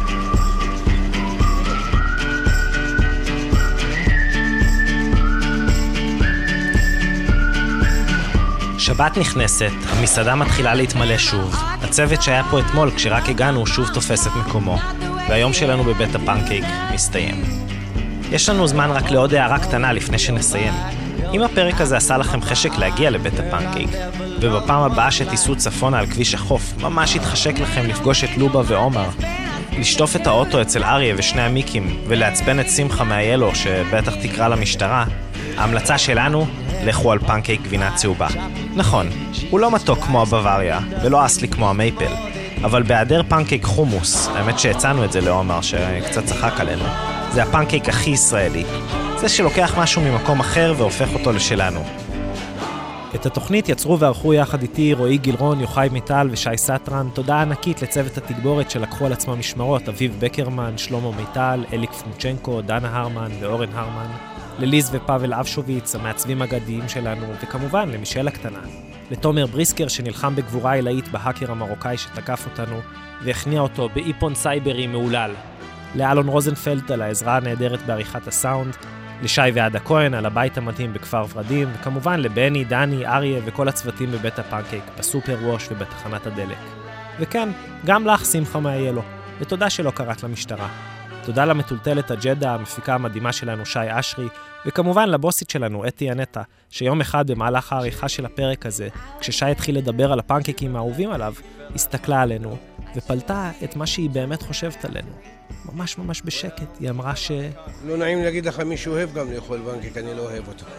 שבת נכנסת, המסעדה מתחילה להתמלא שוב. הצוות שהיה פה אתמול כשרק הגענו שוב תופס את מקומו, והיום שלנו בבית הפנקייק מסתיים. יש לנו זמן רק לעוד הערה קטנה לפני שנסיים. אם הפרק הזה עשה לכם חשק להגיע לבית הפנקייק, ובפעם הבאה שתיסעו צפונה על כביש החוף, ממש יתחשק לכם לפגוש את לובה ועומר, לשטוף את האוטו אצל אריה ושני המיקים, ולעצבן את שמחה מהיילו שבטח תקרא למשטרה, ההמלצה שלנו, לכו על פנקייק גבינה צהובה. נכון, הוא לא מתוק כמו הבוואריה, ולא אסלי כמו המייפל, אבל בהיעדר פנקייק חומוס, האמת שהצענו את זה לעומר שקצת צחק עלינו, זה הפנקייק הכי ישראלי. זה שלוקח משהו ממקום אחר והופך אותו לשלנו. את התוכנית יצרו וערכו יחד איתי רועי גילרון, יוחאי מיטל ושי סטרן. תודה ענקית לצוות התגבורת שלקחו על עצמם משמרות, אביב בקרמן, שלמה מיטל, אליק פרוצ'נקו, דנה הרמן ואורן הרמן, לליז ופאבל אבשוביץ, המעצבים הגדיים שלנו, וכמובן למישל הקטנה. לתומר בריסקר שנלחם בגבורה עילאית בהאקר המרוקאי שתקף אותנו והכניע אותו באיפון סייברי מעולל, לאלון רוזנפלד על העזרה הנהדרת בעריכת הסאונד, לשי ועדה כהן על הבית המתאים בכפר ורדים, וכמובן לבני, דני, אריה וכל הצוותים בבית הפנקייק, בסופר ווש ובתחנת הדלק. וכן, גם לך שמחה מהיילו, ותודה שלא קראת למשטרה. תודה למטולטלת הג'דה, המפיקה המדהימה שלנו שי אשרי, וכמובן לבוסית שלנו אתי אנטה, שיום אחד במהלך העריכה של הפרק הזה, כששי התחיל לדבר על הפנקייקים האהובים עליו, הסתכלה עלינו ופלטה את מה שהיא באמת חושבת עלינו. ממש ממש בשקט, היא אמרה ש...
לא נעים להגיד לך מי שאוהב גם לאכול פנקייק, אני לא אוהב אותו.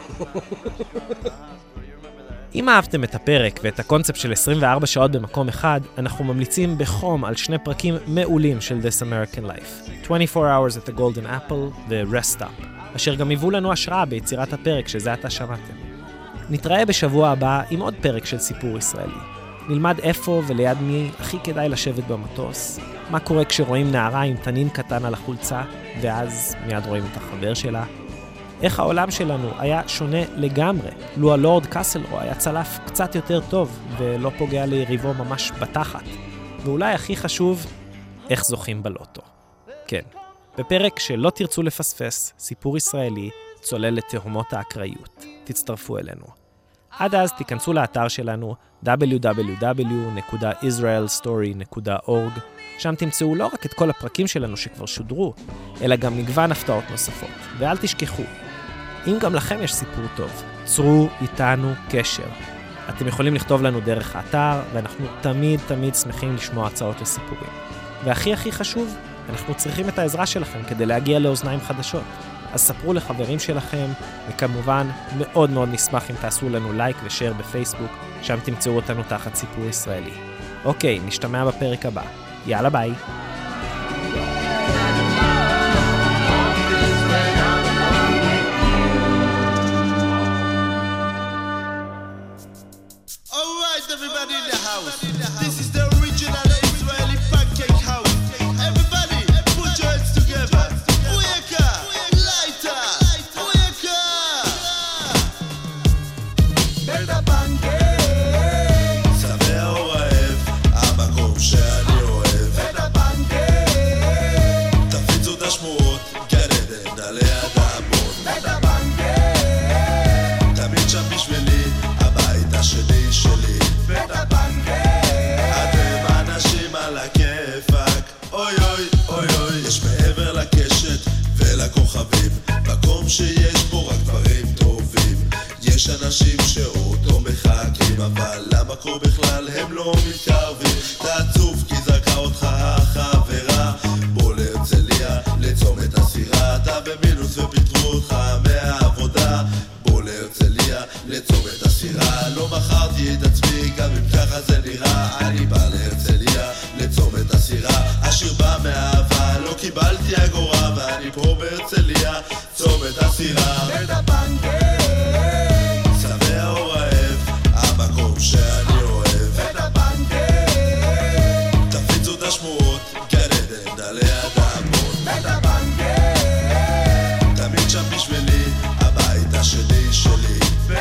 אם אהבתם את הפרק ואת הקונספט של עשרים וארבע שעות במקום אחד, אנחנו ממליצים בחום על שני פרקים מעולים של This American Life, twenty-four hours at the Golden Apple ו-Rest Stop, אשר גם היוו לנו השראה ביצירת הפרק שזה אתה שמעתם. נתראה בשבוע הבא עם עוד פרק של סיפור ישראלי. נלמד איפה וליד מי הכי כדאי לשבת במטוס, מה קורה כשרואים נערה עם תנין קטן על החולצה, ואז מיד רואים את החבר שלה, איך העולם שלנו היה שונה לגמרי, לו הלורד קאסלרו היה צלף קצת יותר טוב ולא פוגע ליריבו ממש בתחת. ואולי הכי חשוב, איך זוכים בלוטו. כן, בפרק שלא תרצו לפספס, סיפור ישראלי צולל לתהומות האקראיות. תצטרפו אלינו. עד אז תיכנסו לאתר שלנו דאבליו דאבליו דאבליו נקודה ישראל סטורי נקודה אורג, שם תמצאו לא רק את כל הפרקים שלנו שכבר שודרו, אלא גם מגוון הפתעות נוספות. ואל תשכחו, אם גם לכם יש סיפור טוב, צרו איתנו קשר. אתם יכולים לכתוב לנו דרך האתר, ואנחנו תמיד תמיד שמחים לשמוע הצעות לסיפורים. והכי הכי חשוב, אנחנו צריכים את העזרה שלכם כדי להגיע לאוזניים חדשות. אז ספרו לחברים שלכם, וכמובן מאוד מאוד נשמח אם תעשו לנו לייק ושאר בפייסבוק, שם תמצאו אותנו תחת סיפור ישראלי. אוקיי, נשתמע בפרק הבא. יאללה ביי.
שיש בו רק דברים טובים. יש אנשים שאותו מחכים, אבל למקום בכלל הם לא מתקרבים. תעצוב כי זרקה אותך החברה, בוא להרצליה לצומת הסירה. אתה במינוס ופיטרו אותך מהעבודה, בוא להרצליה לצומת הסירה. לא מכרתי את עצמי גם אם ככה זה נראה, אני בא להרצליה לצומת הסירה. השיר בא מאהבה, לא קיבלתי אגורה, ואני פה בהרצליה צומת הסירה. שבע או רעב, המקום שאני אוהב. תפיצו את השמועות, גן עדן, דלי אדמות. תמיד שם בשבילי, הבית השני שלי.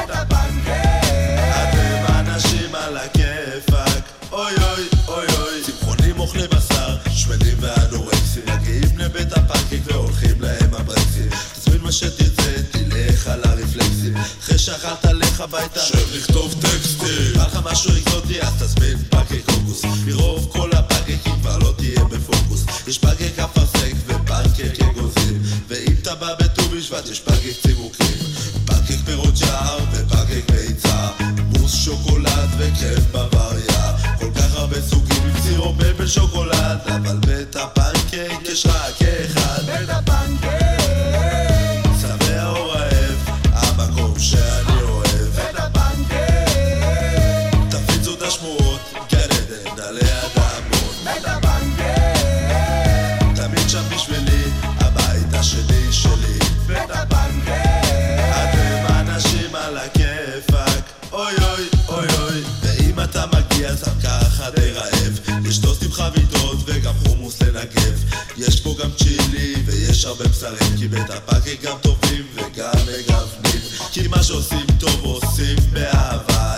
אתם אנשים על הכיפק, אוי אוי אוי אוי. צמחונים אוכלי בשר, שמנים ואנורקסים, מגיעים לבית הפנקייק והולכים להם הברקסים. תזמין מה שתרצה, תלך על הרפלקסים. אחרי שאכלת לך הביתה, שב לכתוב טקסטים. בא לך משהו אקזוטי, אז תזמין פנקייק קוקוס. מרוב כל הפנקייקים כבר לא תהיה בפוקוס. יש פנקייק אפרסק ופנקייק אגוזים, ואם אתה בא בט"ו בשבט יש פנקייק צימוקים. פנקייק פירות שער ופנקייק ביצה, מוס שוקולד וקרם בוואריה. כל כך הרבה סוגים עם סירופ מלפל שוקולד, אבל בית הפנקייק יש רק אחד. בית הפנקייק שבע או רעב, המקום שאני אוהב. בית הפנקייק תפיצו את השמועות, גן עדן, דלי אדמות. בית הפנקייק תמיד שם בשבילי, הבית השני שלי. בית הפנקייק אתם אנשים על הכיפק, אוי אוי אוי אוי. ואם אתה מגיע אז ככה די רעב, יש טוסט עם חביתות וגם חומוס לנגב. יש פה גם צ'ילי ויש הרבה בשרים, כי בית הפנקייק גם טובים וגם מגוונים. כי מה שעושים טוב עושים באהבה, אין לי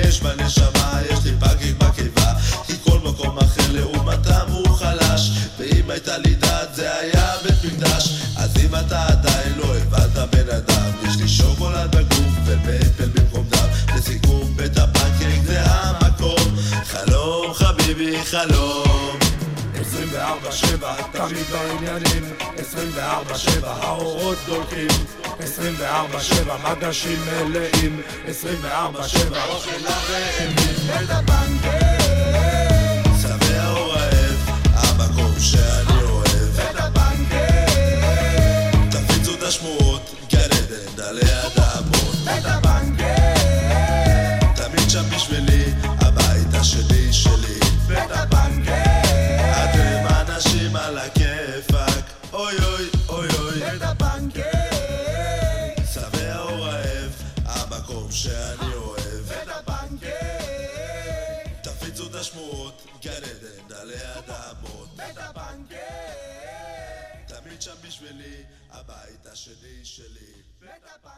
יש בנשמה, יש לי פנקק בקיבה, כי כל מקום אחר לעומתם הוא חלש, ואם הייתה לי דת זה היה בית מקדש. אז אם אתה עדיין לא הבנת בן אדם, יש לי שוקולד בגוף ופלפל במקום דם. לסיכום, בית הפנקק זה המקום, חלום חביבי חלום.
עשרים וארבע שבע תמיד בעניינים, עשרים וארבע שבע האורות דולקים, עשרים וארבע שבע מגשים מלאים, עשרים וארבע שבע אוכל הרעמים. בית הפנקק
שבע או רעב, המקום שאני אוהב.
בית הפנקק
תפיצו את השמועות, גן עדן עלי אדמות.
בית הפנקק
תמיד שם בשבילי, הבית השני שלי.
בית הפנקק
אתם אנשים על הכיפק, אוי אוי אוי אוי.
בית הפנקק
שבע או רעב, המקום שאני אוהב.
בית הפנקק
תפיצו את השמועות, גן עדן עלי אדמות.
בית הפנקק
תמיד שם בשבילי, הבית השני שלי.
בית הפנקק